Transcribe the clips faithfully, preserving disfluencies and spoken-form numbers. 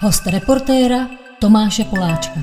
Host reportéra Tomáše Poláčka.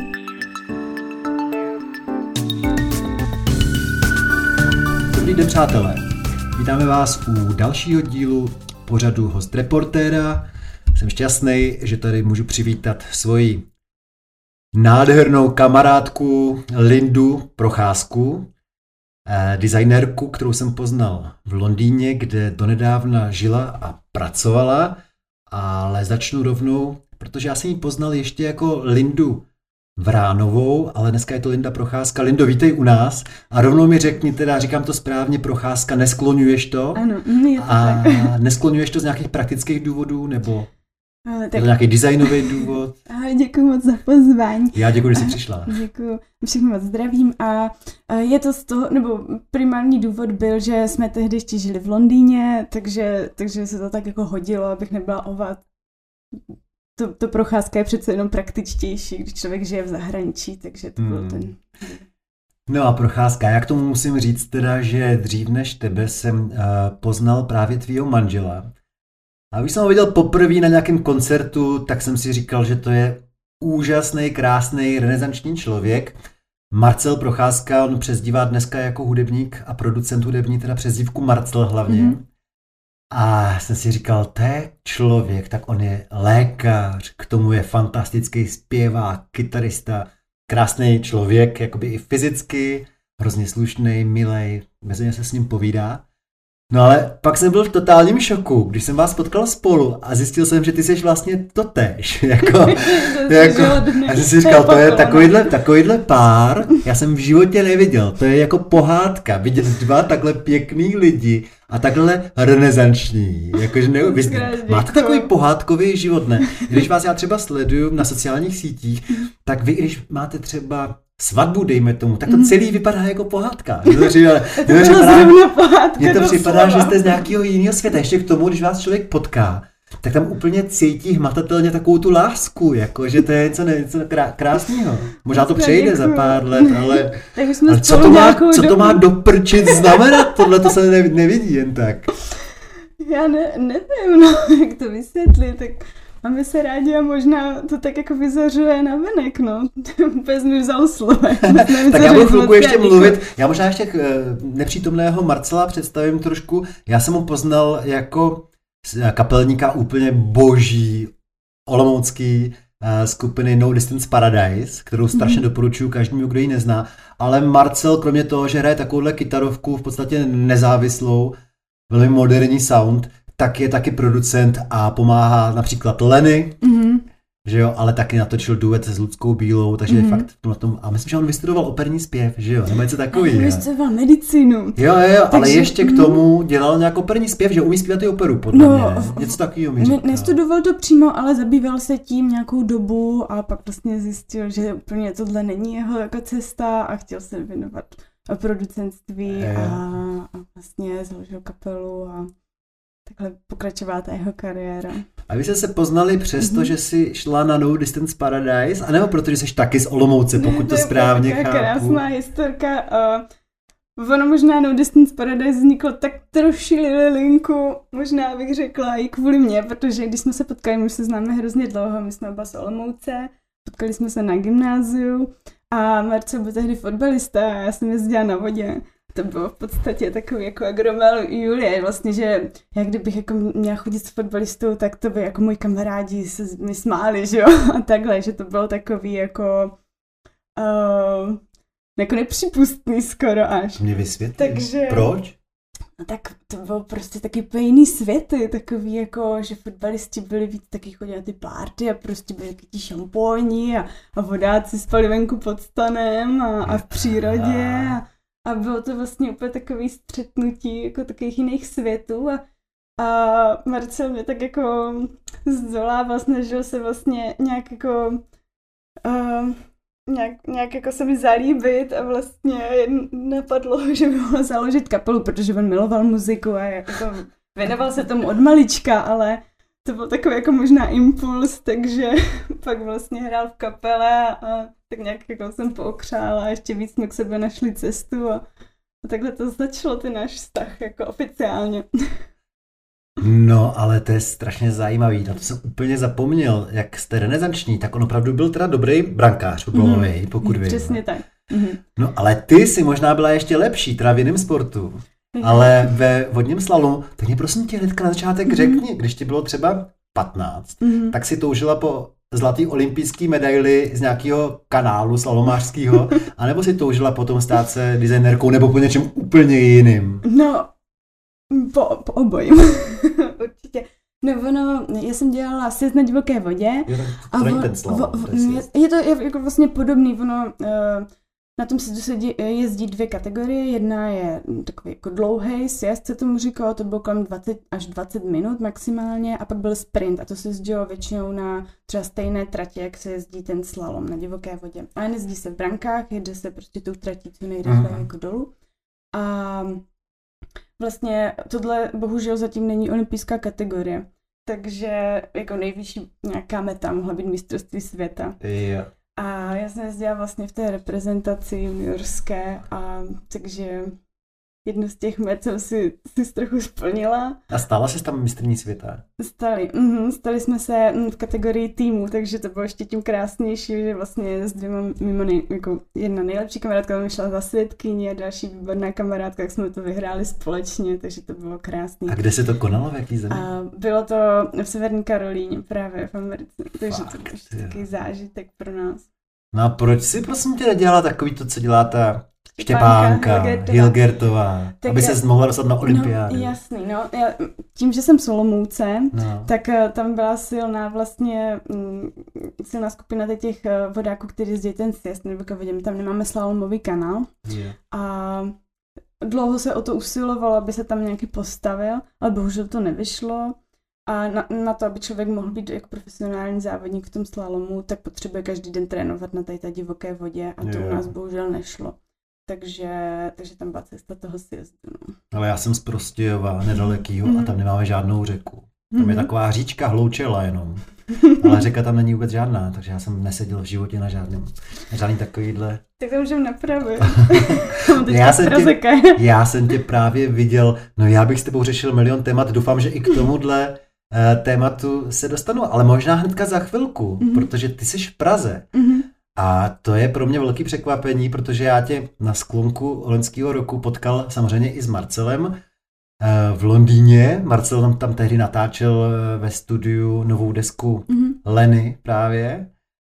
Dobrý den, přátelé. Vítáme vás u dalšího dílu pořadu Host reportéra. Jsem šťastný, že tady můžu přivítat svoji nádhernou kamarádku Lindu Procházku, eh, designérku, kterou jsem poznal v Londýně, kde donedávna žila a pracovala, ale začnu rovnou, protože já jsem ji poznal ještě jako Lindu Vránovou, ale dneska je to Linda Procházka. Lindo, vítej u nás a rovnou mi řekni, teda říkám to správně, Procházka, neskloňuješ to? Ano, je to a tak. neskloňuješ to z nějakých praktických důvodů, nebo Ale je tak, to nějaký designový důvod? ahoj, děkuji moc za pozvání. Já děkuji, že jsi přišla. Děkuji, všechny moc zdravím a a je to z toho, nebo primární důvod byl, že jsme tehdy ještě žili v Londýně, takže, takže se to tak jako hodilo, abych nebyla ovat. To, to Procházka je přece jenom praktičtější, když člověk žije v zahraničí, takže to byl Hmm. ten... No a Procházka, já k tomu musím říct teda, že dřív než tebe jsem uh, poznal právě tvýho manžela. A když jsem ho viděl poprvé na nějakém koncertu, tak jsem si říkal, že to je úžasný, krásný, renesanční člověk. Marcel Procházka, on přezdívá dneska jako hudebník a producent hudební, teda přezdívku Marcel hlavně. Mhm. A jsem si říkal, to je člověk, tak on je lékař, k tomu je fantastický zpěvák, kytarista, krásný člověk, jakoby i fyzicky, hrozně slušný, milej, mezi se s ním povídá. No ale pak jsem byl v totálním šoku, když jsem vás potkal spolu a zjistil jsem, že ty jsi vlastně totéž. Jako, jako, a jsem si říkal, to je takovýhle, takovýhle pár, já jsem v životě neviděl, to je jako pohádka, vidět dva takhle pěkný lidi a takhle renesanční. Jakože ne, vy, máte takový pohádkový život, ne? Když vás já třeba sleduju na sociálních sítích, tak vy, když máte třeba svatbu, dejme tomu, tak to celý vypadá jako pohádka. Mně to připadá, To bylo zrovna pohádka mně to doslova. připadá, že jste z nějakého jiného světa. Ještě k tomu, když vás člověk potká, tak tam úplně cítí hmatatelně takovou tu lásku, jako, že to je něco, ne, něco krá, krásného. Možná to přejde za pár let, ale, Tak už jsme ale co, spolu to má, nějakou co to dobu. má doprčit znamenat? Tohle to se ne, nevidí jen tak. Já ne, nevím, no, jak to vysvětlit, tak máme se rádi a možná to tak jako vyzařuje na venek, no. Úplně jsi mi vzal slovem. Tak já budu chvilku ještě mluvit. Já možná ještě k, nepřítomného Marcela představím trošku. Já jsem ho poznal jako kapelníka úplně boží olomoucký skupiny No Distance Paradise, kterou strašně mm. doporučuji každému, kdo ji nezná. Ale Marcel, kromě toho, že hraje takovouhle kytarovku v podstatě nezávislou, velmi moderní sound, tak je taky producent a pomáhá například Lenny, mm-hmm. že jo, ale taky natočil duet s Ludskou Bílou, takže mm-hmm. je fakt na tom, a myslím, že on vystudoval operní zpěv, že jo, nebo něco takový. Vystudoval medicínu. Jo, jo, jo, ale Takže, ještě k tomu dělal nějak operní zpěv, že umí zpívat i operu, podle No, mě, ne? Něco takového mi Ne, říkal. nestudoval to přímo, ale zabýval se tím nějakou dobu a pak vlastně zjistil, že úplně tohle není jeho jako cesta a chtěl se věnovat producentství Je. a, a vlastně založil kapelu a takhle pokračovala ta jeho kariéra. A vy jste se poznali přesto, Mhm. že jsi šla na No Distance Paradise, anebo protože jsi taky z Olomouce, pokud to je správně taková chápu. krásná historka. Uh, ono možná No Distance Paradise vzniklo tak troši lilinku, možná bych řekla i kvůli mě, protože když jsme se potkali, my už se známe hrozně dlouho, my jsme oba z Olomouce, potkali jsme se na gymnáziu a Marcel byl tehdy fotbalista a já jsem jezdila na vodě. To bylo v podstatě takový jako jak Romeo a Julie, vlastně, že já kdybych jako měla chodit s fotbalistou, tak to by jako moji kamarádi se mi smáli, že jo, a takhle, že to bylo takový jako uh, jako nepřípustný skoro až. Mě vysvětli. Takže... Proč? No tak to bylo prostě taky úplně jiný světy, takový jako, že fotbalisti byli víc taky chodili na ty párty a prostě byli taky ti šampóni a, a vodáci spali venku pod stanem a, a v přírodě a, a bylo to vlastně úplně takový střetnutí jako takových jiných světů a, a Marcel mě tak jako zdolával, snažil se vlastně nějak jako uh, Nějak, nějak jako se mi zalíbit a vlastně napadlo, že by mohla založit kapelu, protože on miloval muziku a jako věnoval se tomu od malička, ale to byl takový jako možná impuls, takže pak vlastně hrál v kapele a tak nějak jako jsem pookřála a ještě víc jsme k sebe našli cestu a, a takhle to začalo ten náš vztah jako oficiálně. No, ale to je strašně zajímavý, na to jsem úplně zapomněl, jak jste renesanční, tak on opravdu byl teda dobrý brankář fotbalový, mm-hmm. pokud vím. Přesně tak. Mm-hmm. No, ale ty si možná byla ještě lepší, teda v jiném sportu, mm-hmm. ale ve vodním slalomu, tak mě prosím tě hnedka na začátek mm-hmm. řekni, když ti bylo třeba patnáct, mm-hmm. tak si toužila po zlatý olympijský medaili z nějakého kanálu slalomářského, anebo si toužila potom stát se designérkou nebo po něčem úplně jiným? No, po, po obojím. Určitě. No ono, já jsem dělala sjezd na divoké vodě. Jo, a to on, ten slalom, vo, to je, je to jako vlastně podobný, ono, uh, na tom sjezdu se jezdí dvě kategorie, jedna je takový jako dlouhý sjezd, se tomu říkalo, to bylo kolem dvacet až dvacet minut maximálně, a pak byl sprint a to se jezdilo většinou na třeba stejné tratě, jak se jezdí ten slalom na divoké vodě. Ale nejezdí se v brankách, jede se prostě tou tratí co nejrychleji mm. jako dolů. A vlastně tohle bohužel zatím není olympijská kategorie, takže jako nejvyšší nějaká meta mohla být mistrovství světa. Yeah. A já jsem jezdila vlastně v té reprezentaci juniorské, a takže jednu z těch met jsem si, si trochu splnila. A stala se tam mistryní světa? Stali, mhm, stali jsme se v kategorii týmu, takže to bylo ještě tím krásnější, že vlastně s dvěma mimo nej, jako jedna nejlepší kamarádka tam šla za svědkyni a další výborná kamarádka, jak jsme to vyhráli společně, takže to bylo krásné. A kde se to konalo, v jaký zemi? A bylo to v Severní Karolíně, právě v Americe, takže Fakt, to byl takový zážitek pro nás. No a proč si prosím tě nedělala takový to, co dělá ta Štěpánka, Hilgertová, Hilgertová aby se mohla dostat na olympiádu? No, jasný, no. Já, tím, že jsem z Olomouce, no. tak tam byla silná vlastně, m, silná skupina těch vodáků, kteří jezdí ten sjezd, nebo jak vidím, tam nemáme slalomový kanál. Yeah. A dlouho se o to usilovalo, aby se tam nějaký postavil, ale bohužel to nevyšlo. A na, na to, aby člověk mohl být jako profesionální závodník v tom slalomu, tak potřebuje každý den trénovat na té divoké vodě, a to yeah. u nás bohužel nešlo. Takže, takže tam byla cesta toho sjezdu. No. Ale já jsem z Prostějova, nedalekýho, mm. a tam nemáme žádnou řeku. Tam mm. je taková říčka Hloučela jenom. Ale řeka tam není vůbec žádná, takže já jsem neseděl v životě na žádném, na žádný takovýhle. Tak to můžeme napravit. já, jsem tě, já jsem tě právě viděl, no já bych s tebou řešil milion témat, doufám, že i k tomuhle uh, tématu se dostanu, ale možná hnedka za chvilku, mm. protože ty jsi v Praze. Mm. A to je pro mě velký překvapení, protože já tě na sklonku loňského roku potkal samozřejmě i s Marcelem v Londýně. Marcel tam, tam tehdy natáčel ve studiu novou desku mm-hmm. Leny právě.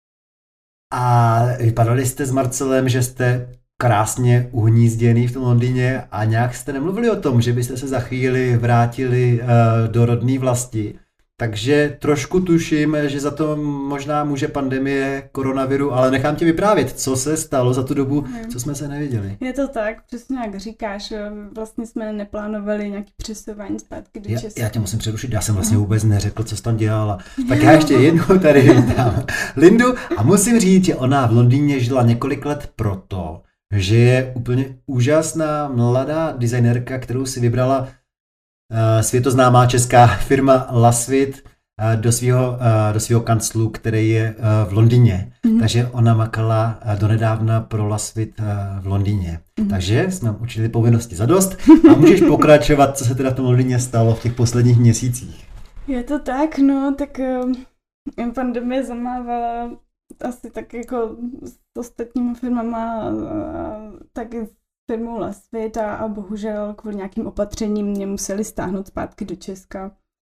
A vypadali jste s Marcelem, že jste krásně uhnízděný v tom Londýně a nějak jste nemluvili o tom, že byste se za chvíli vrátili do rodné vlasti. Takže trošku tuším, že za to možná může pandemie koronaviru, ale nechám tě vyprávět, co se stalo za tu dobu, hmm. co jsme se neviděli. Je to tak, přesně jak říkáš, vlastně jsme neplánovali nějaký přesouvání zpátky do Česka. Já, já tě musím přerušit, já jsem vlastně vůbec neřekl, co jsi tam dělala. Tak já ještě jednou tady vítám Lindu a musím říct, že ona v Londýně žila několik let proto, že je úplně úžasná mladá designérka, kterou si vybrala světoznámá česká firma Lasvit do svého do svého kanclu, který je v Londýně. Mm-hmm. Takže ona makala donedávna pro Lasvit v Londýně. Mm-hmm. Takže jsme učili povinnosti zadost a můžeš pokračovat, co se teda v tom Londýně stalo v těch posledních měsících. Je to tak, no, tak um, pandemie zamávala asi tak jako s ostatními firmama, taky firmou Lasvit a, a bohužel kvůli nějakým opatřením mě museli stáhnout zpátky do Česka.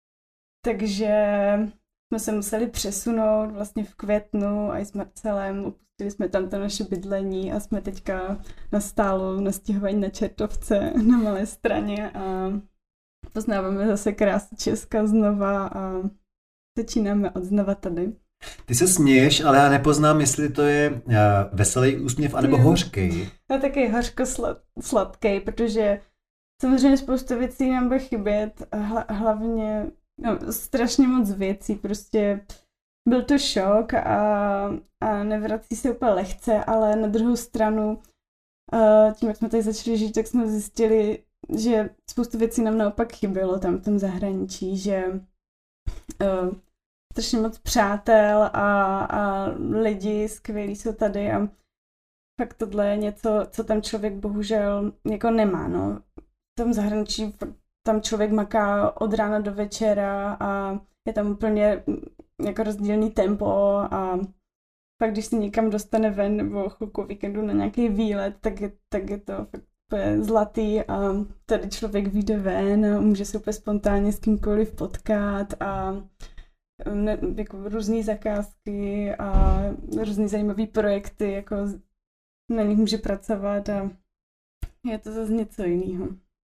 Takže jsme se museli přesunout vlastně v květnu a i s Marcelem, opustili jsme tam to naše bydlení a jsme teďka nastálo na stěhování na Čertovce na Malé Straně a poznáváme zase krásu Česka znova a začínáme od znova tady. Ty se směješ, ale já nepoznám, jestli to je uh, veselý úsměv, anebo hořký. No taky hořko-sladký, protože samozřejmě spoustu věcí nám bude chybět, hla, hlavně no, strašně moc věcí, prostě byl to šok a, a nevrací se úplně lehce, ale na druhou stranu uh, tím, jak jsme tady začali žít, tak jsme zjistili, že spoustu věcí nám naopak chybělo tam v tom zahraničí, že uh, strašně moc přátel a, a lidi skvělí jsou tady a fakt tohle je něco, co tam člověk bohužel jako nemá, no. V tom zahraničí tam člověk maká od rána do večera a je tam úplně jako rozdílný tempo a pak když se někam dostane ven nebo chvilku víkendu na nějaký výlet, tak je, tak je to fakt úplně zlatý a tady člověk vyjde ven a může se úplně spontánně s kýmkoliv potkat a ne, jako různý zakázky a různý zajímavý projekty, jako na nich může pracovat a je to zase něco jiného.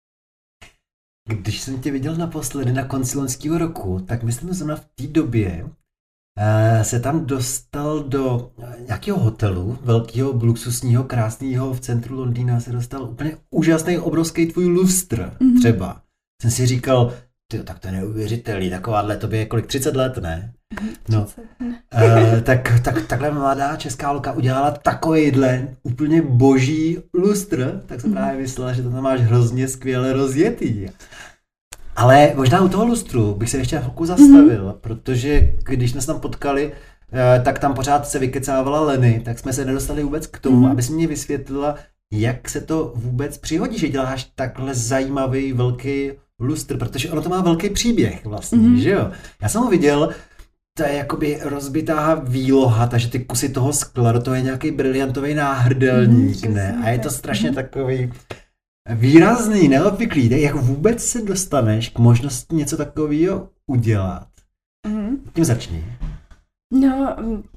Když jsem tě viděl naposledy na konci loňského roku, tak myslím, že zrovna v té době uh, se tam dostal do nějakého hotelu, velkého, luxusního, krásného v centru Londýna, se dostal úplně úžasný, obrovský tvůj lustr mm-hmm. třeba. Jsem si říkal, tyjo, tak to je neuvěřitelný, takováhle, tobě je kolik, třicet let, ne? No, uh, tak, tak takhle mladá česká holka udělala takovejhle úplně boží lustr, tak jsem právě myslela, že to tam máš hrozně skvěle rozjetý. Ale možná u toho lustru bych se ještě chvilku zastavil, mm-hmm. protože když jsme se tam potkali, uh, tak tam pořád se vykecávala Leny, tak jsme se nedostali vůbec k tomu, mm-hmm. aby si mě vysvětlila, jak se to vůbec přihodí, že děláš takhle zajímavý velký lustr, protože ono to má velký příběh vlastně, mm-hmm. že jo? Já jsem ho viděl, to je jakoby rozbitá výloha, takže ty kusy toho skla, do toho je nějaký briliantový náhrdelník, mm, ne? A je to strašně mm. takový výrazný, neobvyklý. Jak vůbec se dostaneš k možnosti něco takového udělat? Mm. Tím začni. No,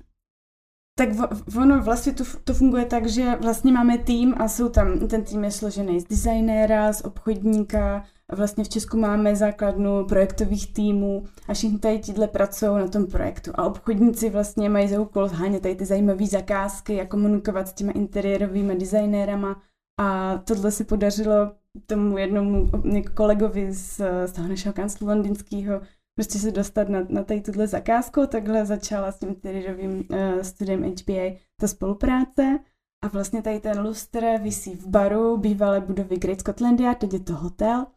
tak ono vlastně to, to funguje tak, že vlastně máme tým a jsou tam, ten tým je složený z designéra, z obchodníka. Vlastně v Česku máme základnu projektových týmů a všichni tady tíhle pracují na tom projektu. A obchodníci vlastně mají za úkol zhánět tady ty zajímavé zakázky a komunikovat s těma interiérovými designérama. A tohle se podařilo tomu jednomu kolegovi z, z toho našeho kanclu londýnského prostě se dostat na, na tady tuhle zakázku. Takhle začala s tím interiérovým uh, studiem H B A ta spolupráce. A vlastně tady ten lustr visí v baru bývalé budovy Great Scotland Yard, teď je to hotel.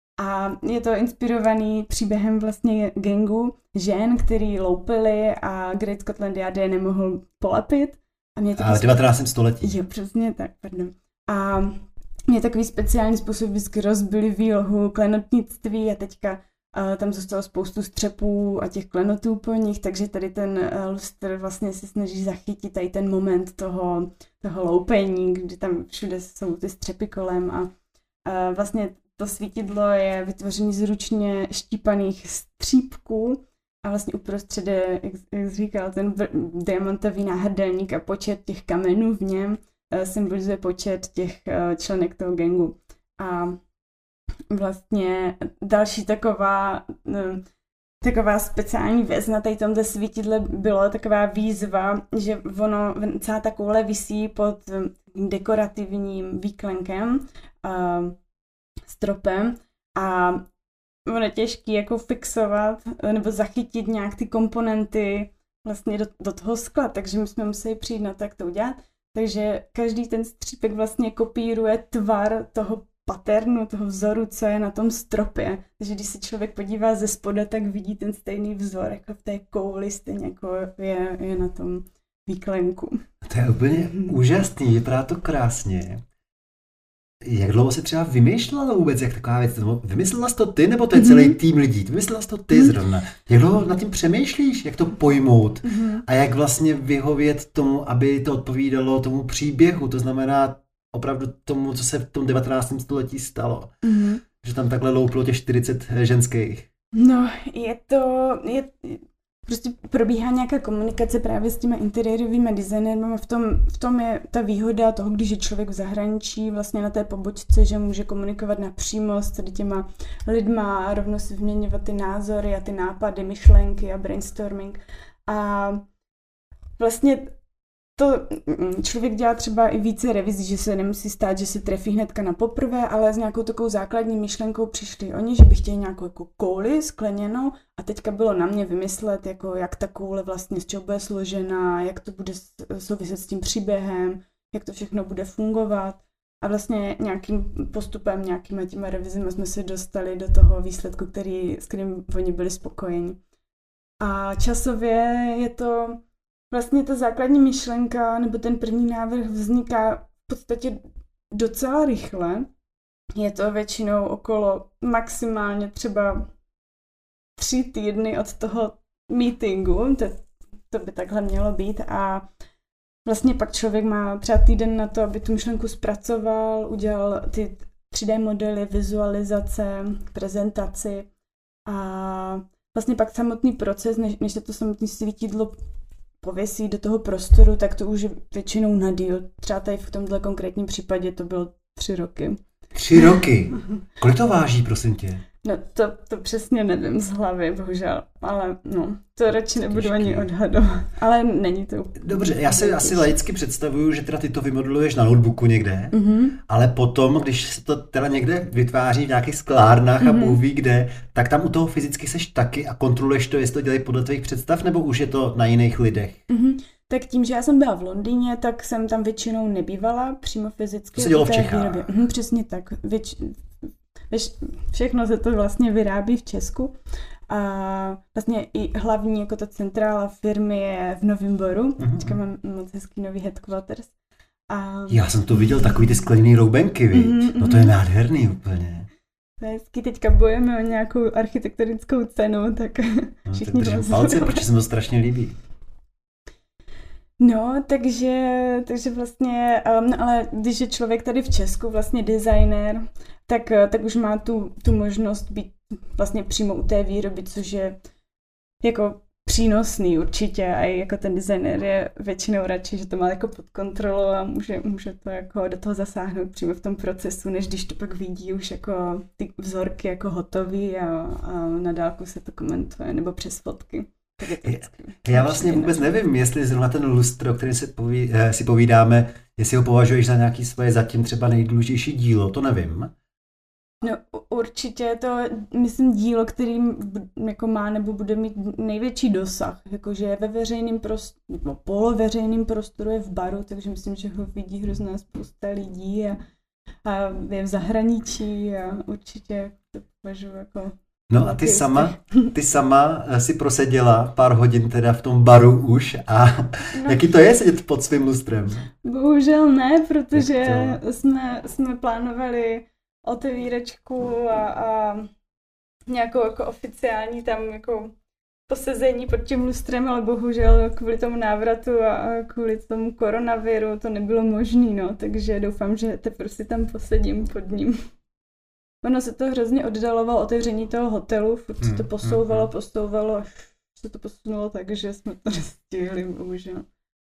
A je to inspirovaný příběhem vlastně gangu žen, který loupili a Great Scotland Yard je nemohl polepit. A, mě a v devatenáctém století. Jo, přesně tak, pardon. A mě takový speciální způsob vždycky rozbili výlohu klenotnictví a teďka uh, tam zůstalo spoustu střepů a těch klenotů po nich, takže tady ten uh, lustr vlastně se snaží zachytit tady ten moment toho, toho loupení, kdy tam všude jsou ty střepy kolem a uh, vlastně to svítidlo je vytvořené z ručně štípaných střípků a vlastně uprostřed je, jak, jak říkal, ten diamantový náhrdelník a počet těch kamenů v něm uh, symbolizuje počet těch uh, členek toho gangu. A vlastně další taková, uh, taková speciální věc na tady tomto svítidle byla taková výzva, že ono, celá ta koule visí pod dekorativním výklenkem, uh, stropem a ono je těžký jako fixovat nebo zachytit nějak ty komponenty vlastně do, do toho skla, takže my jsme museli přijít na to, jak to udělat. Takže každý ten střípek vlastně kopíruje tvar toho paternu, toho vzoru, co je na tom stropě. Takže když se člověk podívá ze spoda, tak vidí ten stejný vzor jako v té kouli, stejně jako je, je na tom výklenku. To je úplně úžasný, vypadá to krásně. Jak dlouho se třeba vymýšlela vůbec, jak taková věc? Vymyslela jsi to ty, nebo to je celý tým lidí? Vymyslela jsi to ty zrovna. Jak dlouho nad tím přemýšlíš, jak to pojmout a jak vlastně vyhovět tomu, aby to odpovídalo tomu příběhu, to znamená opravdu tomu, co se v tom devatenáctém století stalo. Že tam takhle louplo těch čtyřicet ženských. No, je to... Je... Prostě probíhá nějaká komunikace právě s těma interiérovými designerama. V tom, v tom je ta výhoda toho, když je člověk v zahraničí vlastně na té pobočce, že může komunikovat napřímo s tady těma lidma a rovno si vyměňovat ty názory a ty nápady, myšlenky a brainstorming. A vlastně to člověk dělá třeba i více revizí, že se nemusí stát, že se trefí hnedka na poprvé, ale s nějakou takovou základní myšlenkou přišli oni, že by chtěli nějakou jako kouli skleněnou a teďka bylo na mě vymyslet, jako jak ta koule vlastně z čeho bude složená, jak to bude souviset s tím příběhem, jak to všechno bude fungovat. A vlastně nějakým postupem, nějakýma těma revizemi jsme se dostali do toho výsledku, který, s kterým oni byli spokojeni. A časově je to vlastně ta základní myšlenka, nebo ten první návrh vzniká v podstatě docela rychle. je to většinou okolo maximálně třeba tři týdny od toho meetingu, to, to by takhle mělo být a vlastně pak člověk má třeba týden na to, aby tu myšlenku zpracoval, udělal ty tři dé modely, vizualizace, prezentaci a vlastně pak samotný proces, než, než se to samotné svítidlo pověsí do toho prostoru, tak to už je většinou na díl. Třeba tady v tomhle konkrétním případě to bylo tři roky. Tři roky? Kolik to váží, prosím tě? No to, to přesně nevím z hlavy, bohužel, ale no, to radši nebudu Těžký. ani odhadovat, ale není to úplně. Dobře, já si asi laicky představuju, že teda ty to vymodeluješ na notebooku někde, mm-hmm. ale potom, když se to teda někde vytváří v nějakých sklárnách mm-hmm. a Bůh ví kde, tak tam u toho fyzicky seš taky a kontroluješ to, jestli to dělají podle tvých představ, nebo už je to na jiných lidech? Mm-hmm. Tak tím, že já jsem byla v Londýně, tak jsem tam většinou nebývala přímo fyzicky. To se dělo v Čechách. Mhm, přesně tak. Věč, věč, všechno se to vlastně vyrábí v Česku. A vlastně i hlavní jako ta centrála firmy je v Novém Boru. Mm-hmm. Teďka mám moc hezký nový headquarters. A... Já jsem tu viděl takový ty skleněný roubenky, mm-hmm, no to je nádherný úplně. To je hezky, teďka bojujeme o nějakou architektonickou cenu, tak no, všichni tak držím palce, protože se mi to strašně líbí. No, takže, takže vlastně, um, ale když je člověk tady v Česku vlastně designér, tak, tak už má tu, tu možnost být vlastně přímo u té výroby, což je jako přínosný určitě a jako ten designér je většinou radši, že to má jako pod kontrolou a může, může to jako do toho zasáhnout přímo v tom procesu, než když to pak vidí už jako ty vzorky jako hotový a, a na dálku se to komentuje nebo přes fotky. Já vlastně vůbec nevím, jestli zrovna ten lustr, o kterém si, poví, si povídáme, jestli ho považuješ za nějaký svoje zatím třeba nejdůležitější dílo, to nevím. No určitě je to, myslím, dílo, kterým jako má nebo bude mít největší dosah, jakože je ve veřejném prostoru, nebo poloveřejném prostoru je v baru, takže myslím, že ho vidí hrozná spousta lidí a, a je v zahraničí a určitě to považuji jako... No a ty sama, ty sama si proseděla pár hodin teda v tom baru už a no. Jaký to je sedět pod svým lustrem? Bohužel ne, protože jsme, jsme plánovali otevíračku a, a nějakou jako oficiální tam jako posezení pod tím lustrem, ale bohužel kvůli tomu návratu a kvůli tomu koronaviru to nebylo možné, no, takže doufám, že teprve si tam posedím pod ním. Ono se to hrozně oddalovalo otevření toho hotelu, furt se to posouvalo, posouvalo, až se to posunulo tak, že jsme to nestihli, bohužel.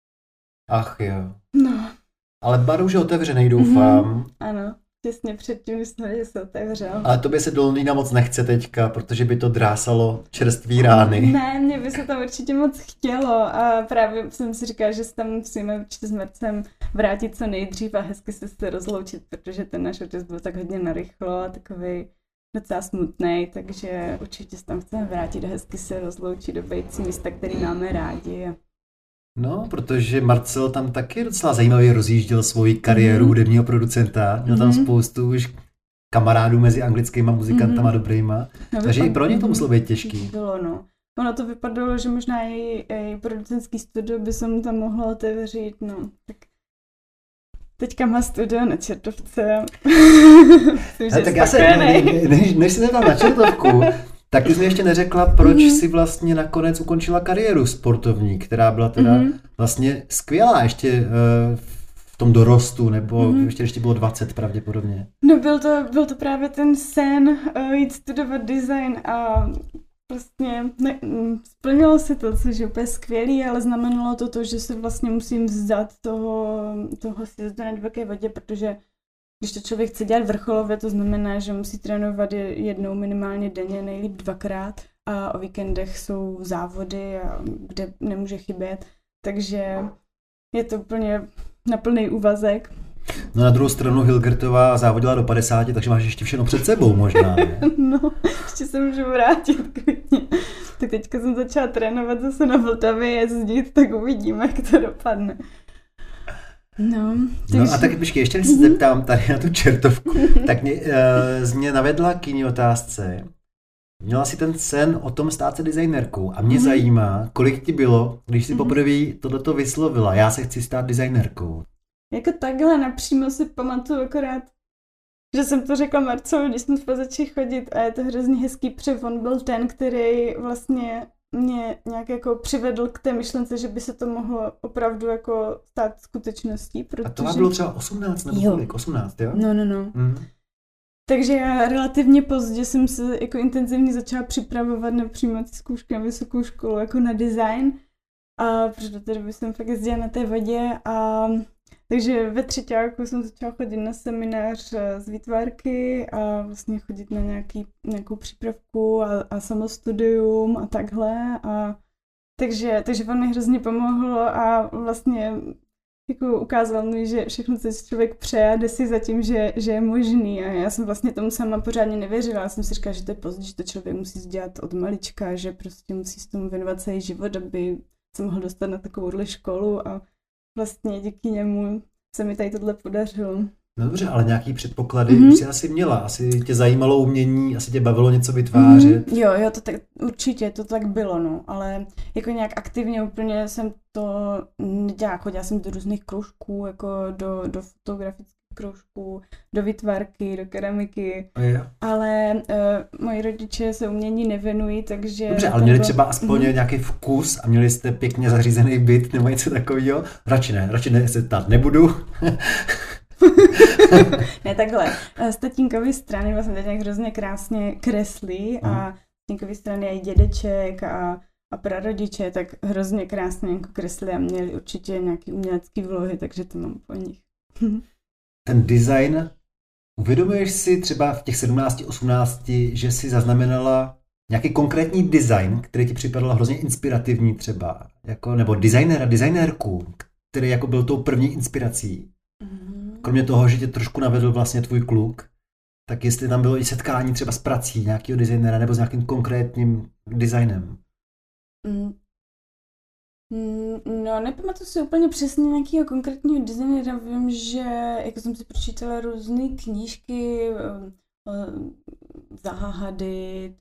Ach jo. No. Ale bar už je otevřený, doufám. Mm, ano, těsně předtím, když jsme, že se otevřel. Ale tobě se do Londýna moc nechce teďka, protože by to drásalo čerstvý rány. Ne, mně by se tam určitě moc chtělo a právě jsem si říkala, že se tam musíme určitě s Marcem vrátit co nejdřív a hezky se se rozloučit, protože ten náš odjezd byl tak hodně narychlo a takovej docela smutnej, takže určitě se tam chceme vrátit a hezky se rozloučit do bejcí místa, který máme rádi. A... No, protože Marcel tam taky docela zajímavě rozjížděl svoji kariéru mm. hudebního producenta, měl tam mm. spoustu už kamarádů mezi anglickýma muzikantama mm. dobrýma, no, takže vypad... i pro ně to muselo být těžký. Bylo, no. Ono to vypadalo, že možná její, její producentský studio by se mu tam mohlo otevřít, no, tak teďka má studio na Čertovce. Myslím, tak já se, ne, než, než se tam na Čertovku, tak ty jsi mi ještě neřekla, proč mm-hmm. jsi vlastně nakonec ukončila kariéru sportovní, která byla teda mm-hmm. vlastně skvělá ještě uh, v tom dorostu, nebo mm-hmm. ještě, ještě bylo dvacet pravděpodobně. No byl to, byl to právě ten sen uh, jít studovat design a vlastně ne, splnilo se to, což je úplně skvělý, ale znamenalo to to, že se vlastně musím vzdát toho, toho sjezdu na divoké vodě, protože když to člověk chce dělat vrcholově, to znamená, že musí trénovat jednou minimálně denně, nejlíp dvakrát a o víkendech jsou závody, kde nemůže chybět, takže je to úplně na plný úvazek. No na druhou stranu Hilgertová závodila do padesáti, takže máš ještě všechno před sebou možná, ne? No, ještě se můžu vrátit klidně. Tak teďka jsem začala trénovat zase na Vltavě jezdit, tak uvidíme, jak to dopadne. No, takže... no a tak počkej, ještě se zeptám tady na tu Čertovku, tak mě, uh, z mě navedla k jiný otázce. Měla jsi ten sen o tom stát se designérkou a mě mm. zajímá, kolik ti bylo, když jsi mm. poprvé tohleto vyslovila, já se chci stát designérkou. Jako takhle napřímo si pamatuju akorát že jsem to řekla Marcovi, když jsme spolu začali chodit a je to hrozně hezký, protože on byl ten, který vlastně mě nějak jako přivedl k té myšlence, že by se to mohlo opravdu jako stát skutečností. Protože... A to vám bylo třeba osmnáct nebo jo. kolik? osmnáct, jo? No, no, no. Mm. Takže já relativně pozdě jsem se jako intenzivně začala připravovat na přijímací zkoušky na vysokou školu, jako na design. A protože do té doby jsem fakt jezdila na té vodě a takže ve třetíku jsem začala chodit na seminář z výtvarky a vlastně chodit na nějaký, nějakou přípravku a, a samostudium a takhle. A takže, takže on mi hrozně pomohl a vlastně jako ukázal mi, že všechno, co si člověk přeje, jde si za tím, že, že je možný. A já jsem vlastně tomu sama pořádně nevěřila. Já jsem si říkala, že to je pozdě, že to člověk musí dělat od malička, že prostě musí s tomu věnovat celý život, aby se mohl dostat na takovouhle školu a vlastně díky němu se mi tady tohle podařilo. No dobře, ale nějaký předpoklady mm-hmm. už si asi měla. Asi tě zajímalo umění, asi tě bavilo něco vytvářet. Mm-hmm. Jo, jo, to tak, určitě, to tak bylo, no. Ale jako nějak aktivně úplně jsem to nedělala. Chodila jsem do různých kroužků, jako do, do fotografických kroužků, do výtvarky, do keramiky. Je. Ale uh, moji rodiče se umění nevěnují, takže... Dobře, ale měli byl... třeba aspoň mm-hmm. nějaký vkus a měli jste pěkně zařízený byt nebo něco takového? Radši ne, radši ne, se ptát nebudu. Ne, takhle. Z tatínkovy strany vlastně teď hrozně krásně kreslí a z tatínkovy strany je dědeček a, a prarodiče, tak hrozně krásně jako kreslí a měli určitě nějaký umělecký vlohy, takže to mám po nich. Ten design, uvědomuješ si třeba v těch sedmnácti, osmnácti, že jsi zaznamenala nějaký konkrétní design, který ti připadal hrozně inspirativní třeba, jako, nebo designera, designérku, který jako byl tou první inspirací? Kromě toho, že tě trošku navedl vlastně tvůj kluk, tak jestli tam bylo i setkání třeba s prací nějakého designera nebo s nějakým konkrétním designem? Mm. No, nepamatuji si úplně přesně nějakého konkrétního designera. Vím, že jako jsem si pročítala různé knížky, Zaha Hadid,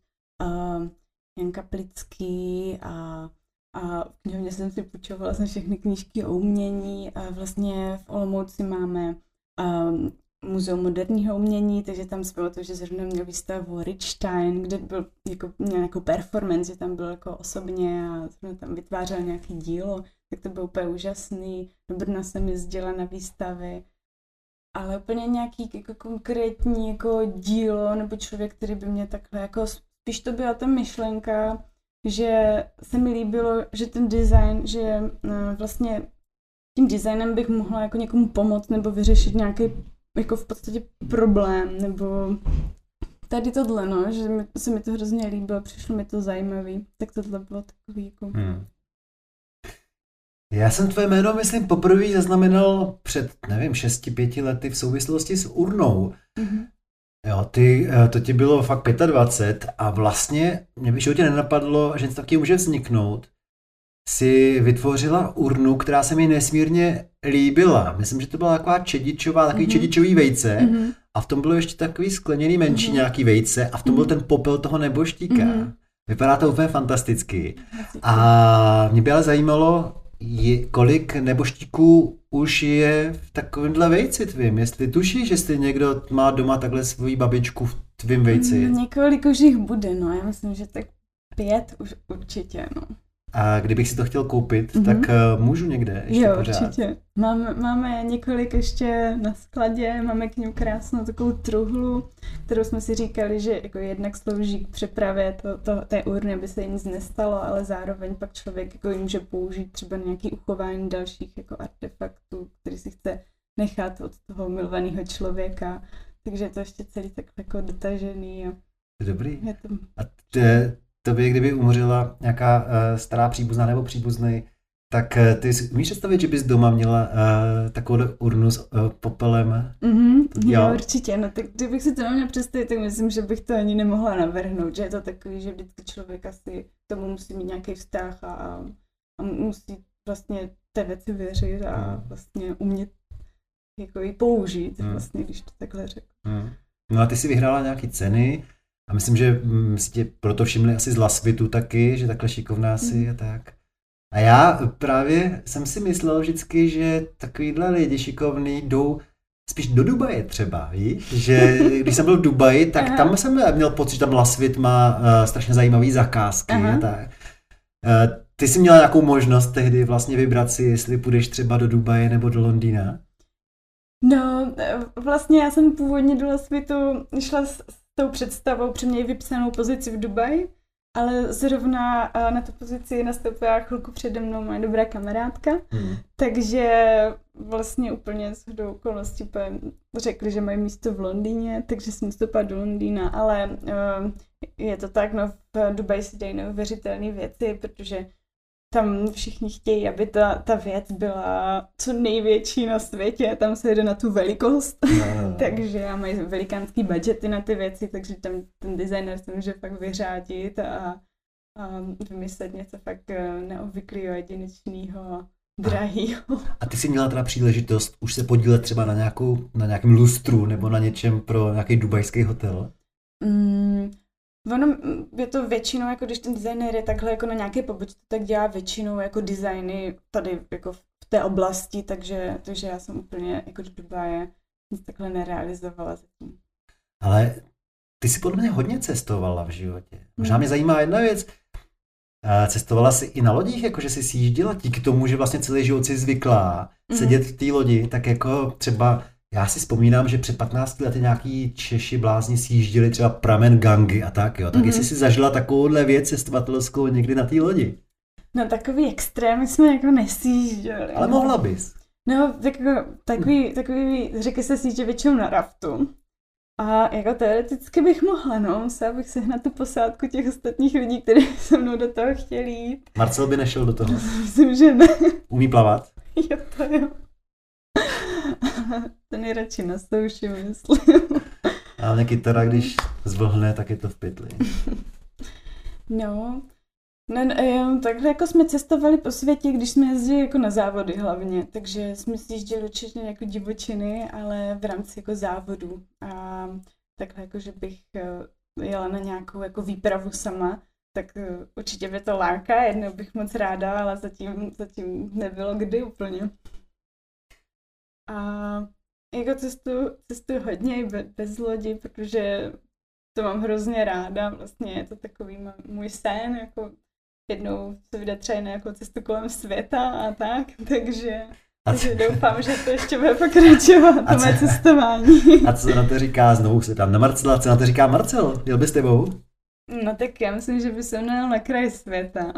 Jan Kaplický a A v knihovně jsem si půjčovala vlastně všechny knížky o umění a vlastně v Olomouci máme um, muzeum moderního umění, takže tam se pamatuju, že zrovna měl výstavu Richstein, kde byl jako, měl nějakou performance, že tam byl jako osobně a tam vytvářel nějaký dílo, tak to bylo úplně úžasný. Do Brna jsem jezdila na výstavy, ale úplně nějaký jako konkrétní jako dílo nebo člověk, který by mě takhle jako, spíš to byla ta myšlenka, že se mi líbilo, že ten design, že vlastně tím designem bych mohla jako někomu pomoct nebo vyřešit nějaký jako v podstatě problém, nebo tady tohle, no, že mi, se mi to hrozně líbilo, přišlo mi to zajímavý, tak tohle bylo takový jako... Hmm. Já jsem tvoje jméno, myslím, poprvé zaznamenal před, nevím, šesti, pěti lety v souvislosti s urnou. Mm-hmm. Jo, ty, to ti bylo fakt dvacet pět a vlastně mě by životě nenapadlo, že něco taky může vzniknout. Si vytvořila urnu, která se mi nesmírně líbila. Myslím, že to byla taková čedičová, takový mm-hmm. čedičový vejce mm-hmm. a v tom bylo ještě takový skleněný menší mm-hmm. nějaký vejce a v tom mm-hmm. byl ten popel toho nebožtíka. Mm-hmm. Vypadá to úplně fantasticky. A mě by ale zajímalo, je, kolik nebožtíků už je v takovémhle vejci tvým. Jestli tušíš, jestli někdo má doma takhle svoji babičku v tvým vejci. Mm, několik už jich bude, no. Já myslím, že tak pět už určitě, no. A kdybych si to chtěl koupit, mm-hmm. tak uh, můžu někde ještě jo, pořád? Jo, určitě. Máme, máme několik ještě na skladě, máme k ním krásnou takovou truhlu, kterou jsme si říkali, že jako jednak slouží k přepravě to, to, té urny, aby se jí nic nestalo, ale zároveň pak člověk jako ji může použít třeba na nějaké uchování dalších jako artefaktů, který si chce nechat od toho milovaného člověka. Takže je to ještě celý tak jako dotažený. A dobrý. Je to... A te, tobě, kdyby umřela nějaká uh, stará příbuzná nebo příbuzný, tak uh, ty umíš představit, že bys doma měla uh, takovou urnu s uh, popelem? Mm-hmm, jo. jo, určitě. No tak kdybych si to neměla představit, tak myslím, že bych to ani nemohla navrhnout, že je to takový, že vždycky člověk asi tomu musí mít nějaký vztah a, a musí vlastně té věci věřit a vlastně umět jako ji použít, hmm. vlastně, když to takhle řeknu. Hmm. No a ty si vyhrála nějaký ceny a myslím, že hm, si tě proto všimli asi z Lasvitu taky, že takhle šikovná si hmm. a tak. A já právě jsem si myslel vždycky, že takovýhle lidi šikovný jdou spíš do Dubaje třeba, víš? Že když jsem byl v Dubaji, tak Aha. tam jsem měl pocit, že tam Lasvit má uh, strašně zajímavé zakázky a tak. Uh, ty jsi měla nějakou možnost tehdy vlastně vybrat si, jestli půjdeš třeba do Dubaje nebo do Londýna? No, vlastně já jsem původně do Lasvitu šla s, s tou představou při mě vypsanou pozici v Dubaji, ale zrovna na tu pozici nastoupila chvilku přede mnou moje dobrá kamarádka, hmm. takže vlastně úplně shodou okolností řekli, že mají místo v Londýně, takže jsem nastoupila do Londýna, ale uh, je to tak, no v Dubaji se dějí neuvěřitelné věci, protože tam všichni chtějí, aby ta, ta věc byla co největší na světě, tam se jede na tu velikost, no, no. takže mají velikánský budgety na ty věci, takže tam ten designer se může fakt vyřádit a, a vymyslet něco fakt neobvyklého, jedinečného, drahého. A ty jsi měla teda příležitost už se podílet třeba na, nějakou, na nějakém lustru nebo na něčem pro nějaký dubajský hotel? Mm. Ono je to většinou, jako když ten designer je takhle jako na nějaké pobočce, tak dělá většinou jako designy tady jako v té oblasti, takže, takže já jsem úplně jako do Dubaje nic takhle nerealizovala zatím. Ale ty jsi podle mě hodně cestovala v životě. Možná mě zajímá jedna věc. Cestovala jsi i na lodích, jakože jsi sjížděla díky tomu, že vlastně celý život jsi zvyklá sedět v té lodi, tak jako třeba já si vzpomínám, že před patnácti lety nějaký Češi blázni sjížděli třeba pramen Gangy a tak, jo. Tak mm-hmm. jestli si zažila takovouhle věc cestovatelskou někdy na té lodi? No takový extrém jsme jako nesjížděli. Ale no. mohla bys. No tak, jako, takový, takový řeky se sjíždě většinou na raftu. A jako teoreticky bych mohla, no. Musela bych sehnat tu posádku těch ostatních lidí, kteří se mnou do toho chtěli jít. Marcel by nešel do toho. Myslím, že ne. Umí plavat? Jo, to jo. Ten je radši na souši, myslím. Ale kytara, když zvlhne, tak je to v pytli. No, no takhle jako jsme cestovali po světě, když jsme jezdili jako na závody hlavně, takže jsme si jezdili určitě jako divočiny, ale v rámci jako závodů. A takhle jako, že bych jela na nějakou jako výpravu sama, tak určitě by to láká, jednou bych moc ráda, ale zatím, zatím nebylo kdy úplně. A jako cestuju, cestuju hodně bez, bez lodi, protože to mám hrozně ráda, vlastně je to takový můj sen, jako jednou se vydat třeba na jako cestu kolem světa a tak, takže, a takže doufám, že to ještě bude pokračovat, to mé cestování. A co na to říká, znovu se tam na Marcela, co na to říká Marcel, jel by s tebou? No tak já myslím, že by se měl na kraj světa.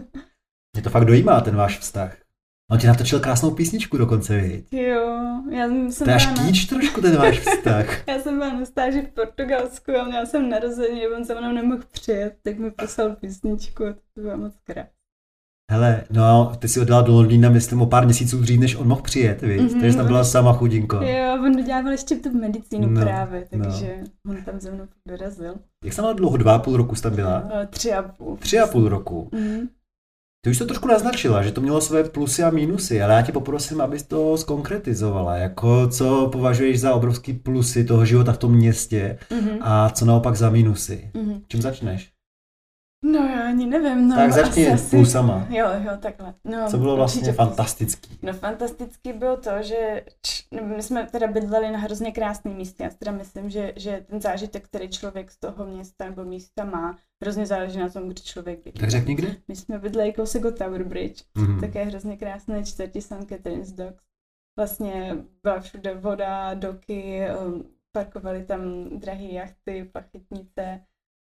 Mě to fakt dojímá, ten váš vztah. On ti natočil krásnou písničku dokonce, viď? Jo, já jsem to je až kýč na... trošku ten váš vztah. Já jsem byla na stáži v Portugalsku a měla jsem narozeniny, on se mnou nemohl přijet, tak mi poslal písničku a to bylo moc krásné. Hele, no ty si odjela do Londýna, myslím, o pár měsíců dřív, než on mohl přijet, viď? Mm-hmm. Takže tam byla sama chudinko. Jo, on dodělával ještě tu medicínu no, právě, takže no. On tam ze mnou dorazil. Jak jsi měla dlouho? Dva a půl roku jsi tam byla? Tři a půl. Tři a půl roku. Mm-hmm. Ty už to trošku naznačila, že to mělo své plusy a mínusy, ale já tě poprosím, abys to zkonkretizovala. Jako co považuješ za obrovský plusy toho života v tom městě mm-hmm. a co naopak za mínusy? Mm-hmm. Čím začneš? No já ani nevím. No, tak začni asi... plusama. Jo, jo, takhle. No, co bylo vlastně fantastický? No fantastický bylo to, že č... my jsme teda bydleli na hrozně krásném místě. Já teda myslím, že, že ten zážitek, který člověk z toho města nebo místa má, hrozně záleží na tom, kde člověk bydlí. Tak řekni kde? My jsme bydleli kousek od Tower Bridge, mm-hmm. také hrozně krásné čtvrti Saint Catherine's Docks. Vlastně byla všude voda, doky, parkovaly tam drahé jachty, plachetnice.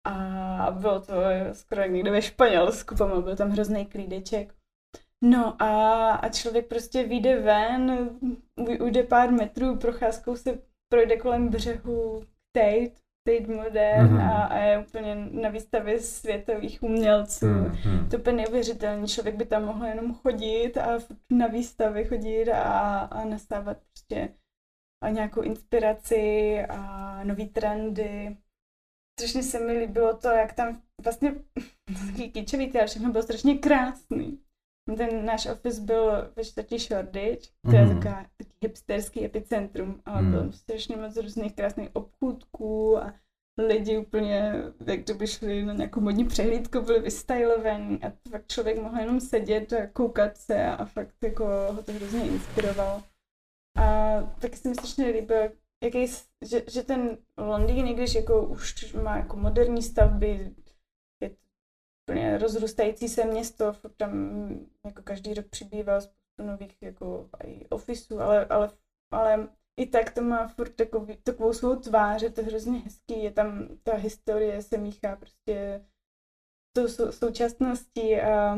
A bylo to skoro jak někde ve Španělsku, pomalu byl tam hrozný klídeček. No a, a člověk prostě vyjde ven, ujde pár metrů, procházkou se projde kolem břehu Tate, Tate Modern mm-hmm. a, a je úplně na výstavě světových umělců. Mm-hmm. To je úplně neuvěřitelný, člověk by tam mohl jenom chodit a na výstavy chodit a, a nastávat prostě a nějakou inspiraci a nový trendy. Strašně se mi líbilo to, jak tam vlastně takový kyčový, ale všechno bylo strašně krásný. Ten náš office byl ve čtvrti Shoreditch, to je mm. taková, taký hipsterský epicentrum, ale mm. bylo strašně moc různých krásných obchůdků a lidi úplně, jak kdyby šli na nějakou modní přehlídku, byli vystylovaní a fakt člověk mohl jenom sedět a koukat se a fakt jako ho to hrozně inspirovalo. a taky se mi strašně líbilo, jaký, že, že ten Londýn, i když jako už má jako moderní stavby, je úplně rozrůstající se město, tam jako každý rok přibývá spoustu nových jako i ofisů, ale, ale, ale i tak to má furt takový, takovou svou tvář, je to hrozně hezký, je tam ta historie se míchá prostě tou sou, současností a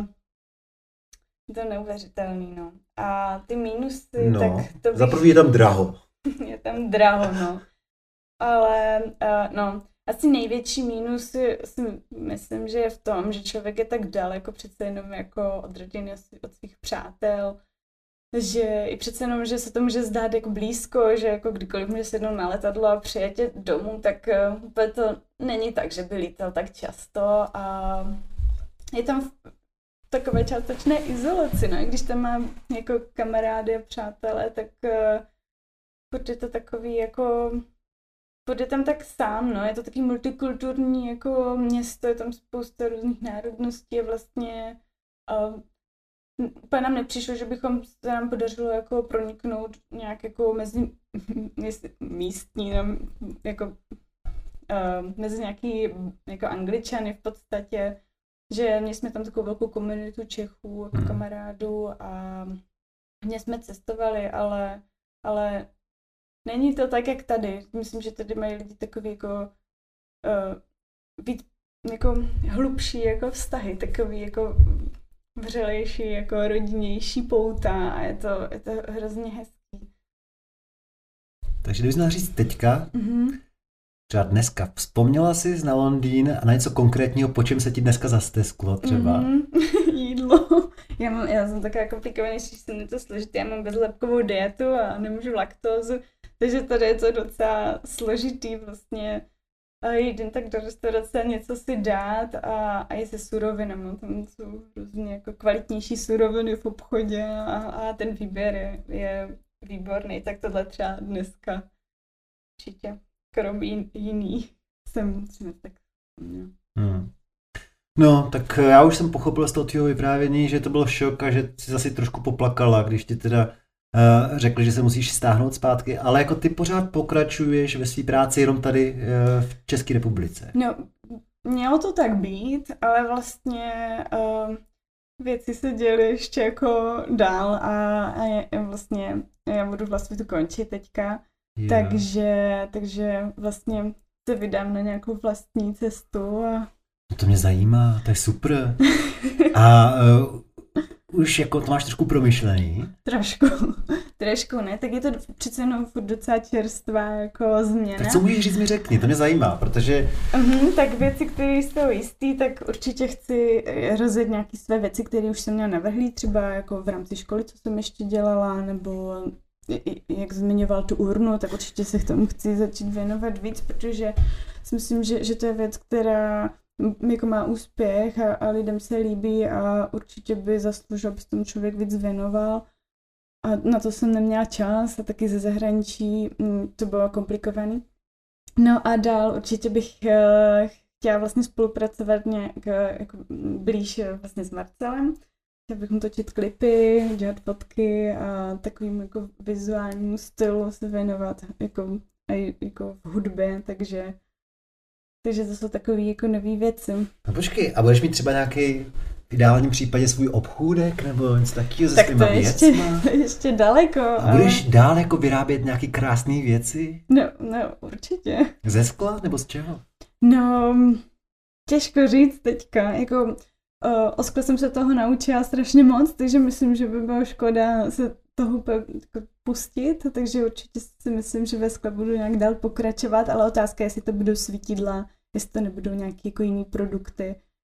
je to neuvěřitelný, no. A ty mínusy, no, tak to bych... za prvý je tam draho. Je tam draho, no. Ale, uh, no, asi největší mínus si myslím, že je v tom, že člověk je tak daleko přece jenom jako od rodiny, od svých přátel, že i přece jenom, že se to může zdát jako blízko, že jako kdykoliv může sednout na letadlo a přijet domů, tak uh, úplně to není tak, že by lítal tak často a je tam takové částečné izolaci, no, i když tam mám jako kamarády a přátelé, tak uh, furt je to takový jako, furt je tam tak sám, no, je to taky multikulturní jako město, je tam spousta různých národností a vlastně uh, úplně nám nepřišlo, že bychom se nám podařilo jako proniknout nějak jako mezi místní, no, jako uh, mezi nějaký jako Angličany v podstatě, že měli jsme tam takovou velkou komunitu Čechů, jako kamarádů a hodně jsme cestovali, ale, ale není to tak, jak tady. Myslím, že tady mají lidi takový jako uh, víc jako hlubší jako vztahy, takový jako vřelejší, jako rodinnější pouta a je to, je to hrozně hezký. Takže kdybys měla říct teďka, mm-hmm. třeba dneska, vzpomněla jsi na Londýn a na něco konkrétního, po čem se ti dneska zastesklo třeba? Mm-hmm. Jídlo. Já, mám, já jsem taková komplikovanější, že se mi to složitý, já mám bezlepkovou dietu a nemůžu laktózu, takže tady je to docela složitý vlastně jít jen tak do restaurace a něco si dát a, a i se surovinami. Tam jsou různě jako kvalitnější suroviny v obchodě a, a ten výběr je, je výborný. Tak tohle třeba dneska určitě krom jiný jsem třeba tak vzpomněla. Hmm. No, tak já už jsem pochopil z toho tvýho vyprávění, že to byl šok a že jsi zase trošku poplakala, když ti teda uh, řekli, že se musíš stáhnout zpátky, ale jako ty pořád pokračuješ ve své práci jenom tady uh, v České republice. No, mělo to tak být, ale vlastně uh, věci se děly ještě jako dál a, a je, vlastně já budu vlastně to končit teďka, yeah. takže, takže vlastně se vydám na nějakou vlastní cestu a no to mě zajímá, to je super. A uh, už jako to máš trošku promyšlený? Trošku, trošku ne, tak je to přece jenom furt docela čerstvá jako změna. Tak co můžeš říct, mi řekni, to mě zajímá, protože... Uhum, tak věci, které jsou jistý, tak určitě chci rozjet nějaké své věci, které už jsem měla navrhlý, třeba jako v rámci školy, co jsem ještě dělala, nebo jak zmiňoval tu urnu, tak určitě se k tomu chci začít věnovat víc, protože si myslím, že, že to je věc, která jako má úspěch a, a lidem se líbí a určitě by zasloužil, aby se tomu člověk víc věnoval. A na to jsem neměla čas a taky ze zahraničí to bylo komplikovaný. No a dál určitě bych uh, chtěla vlastně spolupracovat nějak uh, jako blíž uh, vlastně s Marcelem. Chtěla bych mu točit klipy, dělat fotky a takovým jako vizuálnímu stylu se věnovat jako, jako v hudbě, takže Takže to jsou takové jako nové věci. No počkej, a budeš mít třeba nějaký v ideálním případě svůj obchůdek nebo něco takového se tak svýma to ještě, ještě daleko. A budeš ale... dál jako vyrábět nějaké krásné věci? No, no, určitě. Ze skla nebo z čeho? No, těžko říct teďka. Jako, uh, o skle jsem se toho naučila strašně moc, takže myslím, že by bylo škoda se toho jako pustit, takže určitě si myslím, že ve skle budu nějak dál pokračovat, ale otázka je, jestli to budou svítidla, jestli to nebudou nějaké jako jiné produkty.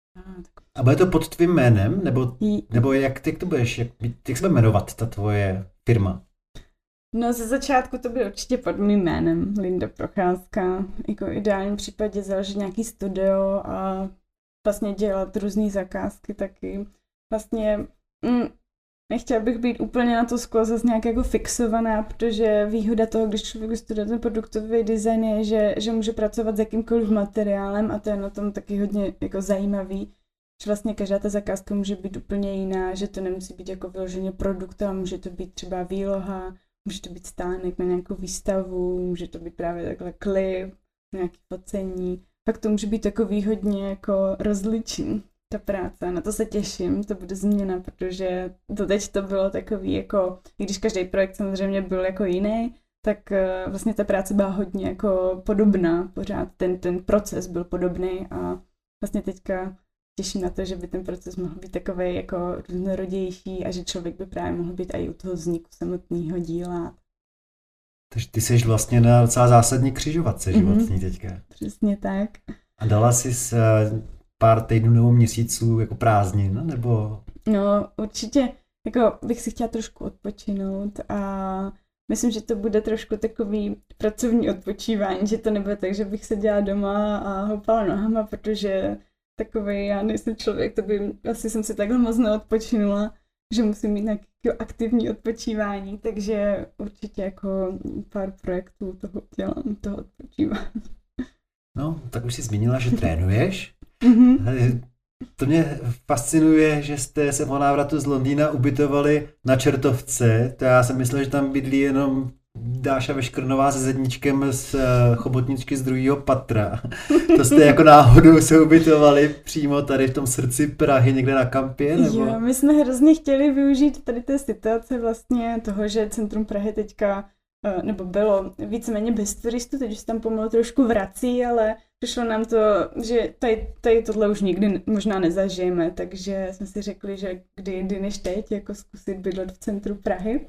A bude to pod tvým jménem, nebo, nebo jak, jak to budeš, jak, jak se bude jmenovat ta tvoje firma? No ze začátku to bude určitě pod mým jménem, Linda Procházka. Jako v ideálním případě založit nějaký studio a vlastně dělat různý zakázky taky. Vlastně mm, nechtěla bych být úplně na to sklo zase nějak jako fixovaná, protože výhoda toho, když člověk studuje ten produktový design je, že, že může pracovat s jakýmkoliv materiálem a to je na tom taky hodně jako zajímavý, že vlastně každá ta zakázka může být úplně jiná, že to nemusí být jako vyloženě produkt, ale může to být třeba výloha, může to být stánek na nějakou výstavu, může to být právě takhle klip, nějaké focení. Pak to může být takový hodně jako rozličný, ta práce. Na to se těším, to bude změna, protože doteď to bylo takový jako, i když každý projekt samozřejmě byl jako jiný, tak vlastně ta práce byla hodně jako podobná, pořád ten, ten proces byl podobný a vlastně teďka těším na to, že by ten proces mohl být takový jako různorodější a že člověk by právě mohl být i u toho vzniku samotného díla. Takže ty jsi vlastně na docela zásadní křižovatce životní mm-hmm. teďka. Přesně tak. A dala jsi pár týdnů nebo měsíců jako prázdnin, nebo? No určitě, jako bych si chtěla trošku odpočinout a myslím, že to bude trošku takový pracovní odpočívání, že to nebude tak, že bych seděla doma a houpala nohama, protože takový já nejsem člověk, to by asi jsem si takhle moc neodpočinula, že musím mít nějaké aktivní odpočívání, takže určitě jako pár projektů toho dělám, toho odpočívání. No, tak už jsi zmínila, že trénuješ. Mm-hmm. To mě fascinuje, že jste se po návratu z Londýna ubytovali na Čertovce. To já jsem myslel, že tam bydlí jenom Dáša Veškrnová se zedničkem z chobotničky z druhého patra. To jste jako náhodou se ubytovali přímo tady v tom srdci Prahy, někde na kampě? Nebo? Jo, my jsme hrozně chtěli využít tady té situace vlastně toho, že centrum Prahy teďka, nebo bylo víceméně bez turistů, teď už se tam pomalu trošku vrací, ale přišlo nám to, že tady, tady tohle už nikdy možná nezažijeme, takže jsme si řekli, že kdy jindy než teď, jako zkusit bydlet v centru Prahy.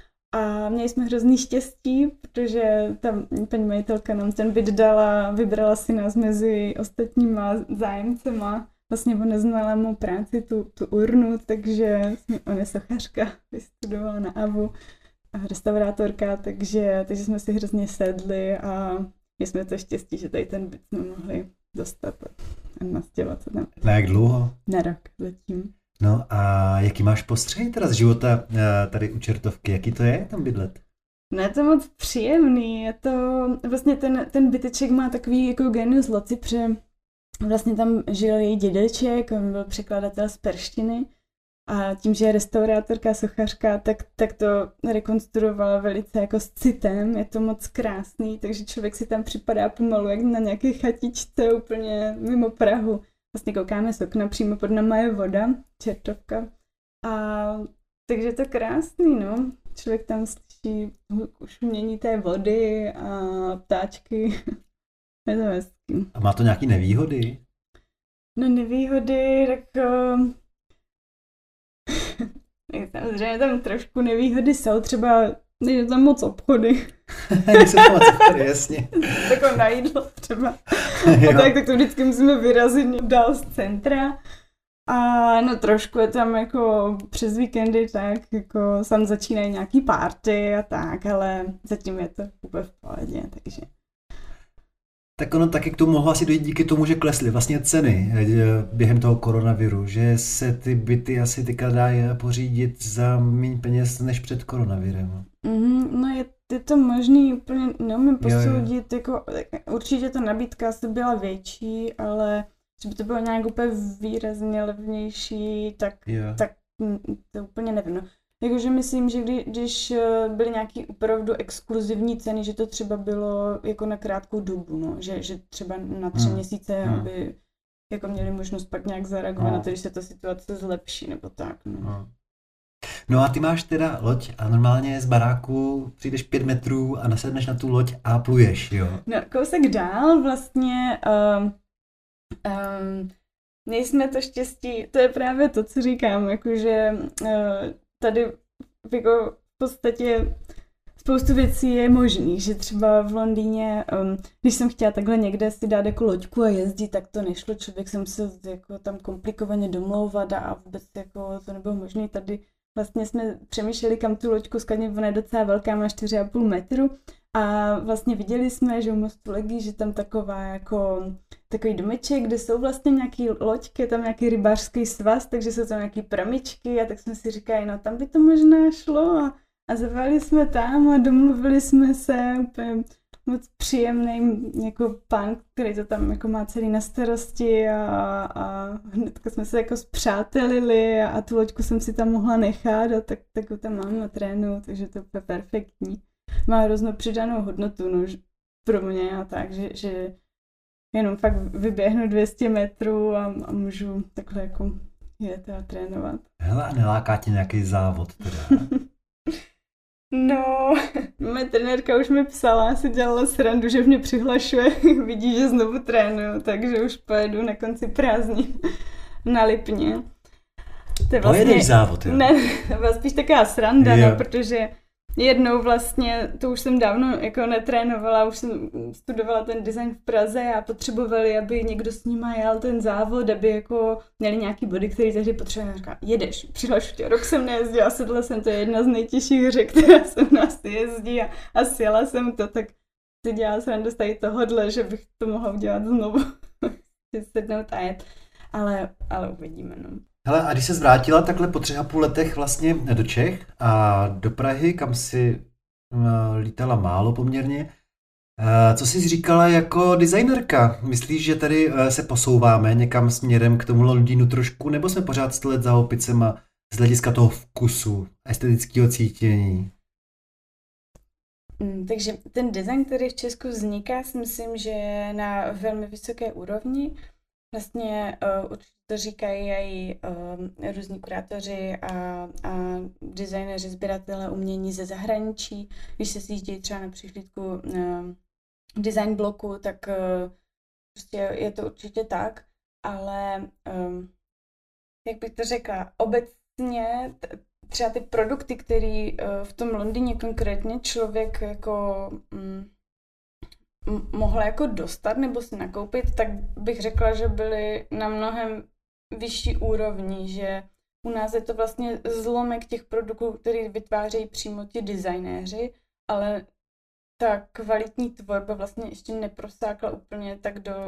A měli jsme hrozný štěstí, protože tam paní majitelka nám ten byt dala, vybrala si nás mezi ostatníma zájemcema, vlastně o neznalému práci tu, tu urnu, takže ona je sochařka, vystudovala na AVU, a restaurátorka, takže, takže jsme si hrozně sedli a my jsme to štěstí, že tady ten byt jsme mohli dostat a nastěhovat se tam. Na jak dlouho? Na rok zatím. No a jaký máš postřeh teda z života tady u Čertovky? Jaký to je tam bydlet? No je to moc příjemný, je to, vlastně ten, ten byteček má takový jako genius loci, protože vlastně tam žil její dědeček, on byl překladatel z perštiny a tím, že je restaurátorka, sochařka, tak, tak to rekonstruovala velice jako s citem, je to moc krásný, takže člověk si tam připadá pomalu jak na nějaké chatičce úplně mimo Prahu. Vlastně koukáme z okna, přímo pod náma je voda, Čertovka. A takže je to krásný, no. Člověk tam slyší šumění té vody a ptáčky. Je to hezký. A má to nějaké nevýhody? No nevýhody, tak... samozřejmě tam trošku nevýhody jsou, třeba nejde tam moc obchody. Nejsou tam moc obchody, jasně. Takové na jídlo třeba. A tak, tak to vždycky musíme vyrazit dál z centra. A no trošku je tam jako přes víkendy tak, jako sam začínají nějaký party a tak, ale zatím je to úplně v pohodě, takže. Tak ono taky k tomu mohlo asi dojít díky tomu, že klesly vlastně ceny během toho koronaviru, že se ty byty asi teďka dají pořídit za méně peněz než před koronavirem. Mm, no je, je to možný, úplně neumím posoudit, jako určitě ta nabídka asi byla větší, ale že by to bylo nějak úplně výrazně levnější, tak, tak to úplně nevím. No. Jakože myslím, že kdy, když byly nějaký opravdu exkluzivní ceny, že to třeba bylo jako na krátkou dobu, no. že, že třeba na tři hmm. měsíce, hmm. aby jako měli možnost pak nějak zareagovat hmm. na to, když se ta situace zlepší nebo tak. No. Hmm. No a ty máš teda loď a normálně z baráku přijdeš pět metrů a nasedneš na tu loď a pluješ, jo? No kousek dál vlastně... Um, um, nejsme to štěstí, to je právě to, co říkám, jakože uh, tady jako v podstatě spoustu věcí je možných, že třeba v Londýně, um, když jsem chtěla takhle někde si dát jako loďku a jezdit, tak to nešlo, člověk se musel jako tam komplikovaně domlouvat a vůbec jako to nebylo možné. Tady vlastně jsme přemýšleli, kam tu loďku skladně, ona je docela velká, má čtyři a půl metru a vlastně viděli jsme, že u Mostu Legii, že tam taková jako takový domeček, kde jsou vlastně nějaký loďky, tam nějaký rybářský svaz, takže jsou tam nějaký pramičky a tak jsme si říkali, no tam by to možná šlo a, a zaváli jsme tam a domluvili jsme se úplně moc příjemný jako pán, který to tam jako má celý na starosti a, a hnedka jsme se jako zpřátelili a, a tu loďku jsem si tam mohla nechat a tak, tak ho tam mám na trénu, takže to je perfektní. Má hroznou přidanou hodnotu, no, pro mě a tak, že, že jenom fakt vyběhnu dvě stě metrů a, a můžu takhle jako jet a trénovat. Hele, a neláká tě nějaký závod teda? No, moje trenérka už mi psala, si dělala srandu, že mě přihlašuje, vidí, že znovu trénuju, takže už pojedu na konci prázdnin na Lipně. To je vlastně, pojedeš závod, jo? Ne, to byla spíš taková sranda, jo. no, protože jednou vlastně, to už jsem dávno jako netrénovala, už jsem studovala ten design v Praze a potřebovali, aby někdo s nima jel ten závod, aby jako měli nějaký body, který tehdy potřebovali. Říká, jedeš, přihlašu tě, rok jsem nejezdila, sedla jsem, to je jedna z nejtěžších řek, která se u nás jezdí a, a sjela jsem to, tak si dělala srandu z tady tohodle, že bych to mohla udělat znovu, sednout a jet, ale, ale uvidíme, no. Hele, a když se vrátila takhle po třech a půl letech vlastně do Čech a do Prahy, kam si uh, lítala málo poměrně, uh, co jsi říkala jako designerka? Myslíš, že tady uh, se posouváme někam směrem k tomu Londýnu trošku, nebo jsme pořád sto let za houpicema z hlediska toho vkusu, estetického cítění? Mm, takže ten design, který v Česku vzniká, si myslím, že je na velmi vysoké úrovni. Vlastně uh, určitě to říkají i uh, různí kurátoři a, a designéři, sběratele umění ze zahraničí. Když se sjíždějí třeba na přihlídku uh, design bloku, tak uh, prostě je to určitě tak, ale um, jak bych to řekla, obecně t- třeba ty produkty, které uh, v tom Londýně konkrétně člověk jako um, mohla jako dostat nebo si nakoupit, tak bych řekla, že byly na mnohem vyšší úrovni, že u nás je to vlastně zlomek těch produktů, který vytvářejí přímo ti designéři, ale ta kvalitní tvorba vlastně ještě neprosákla úplně tak do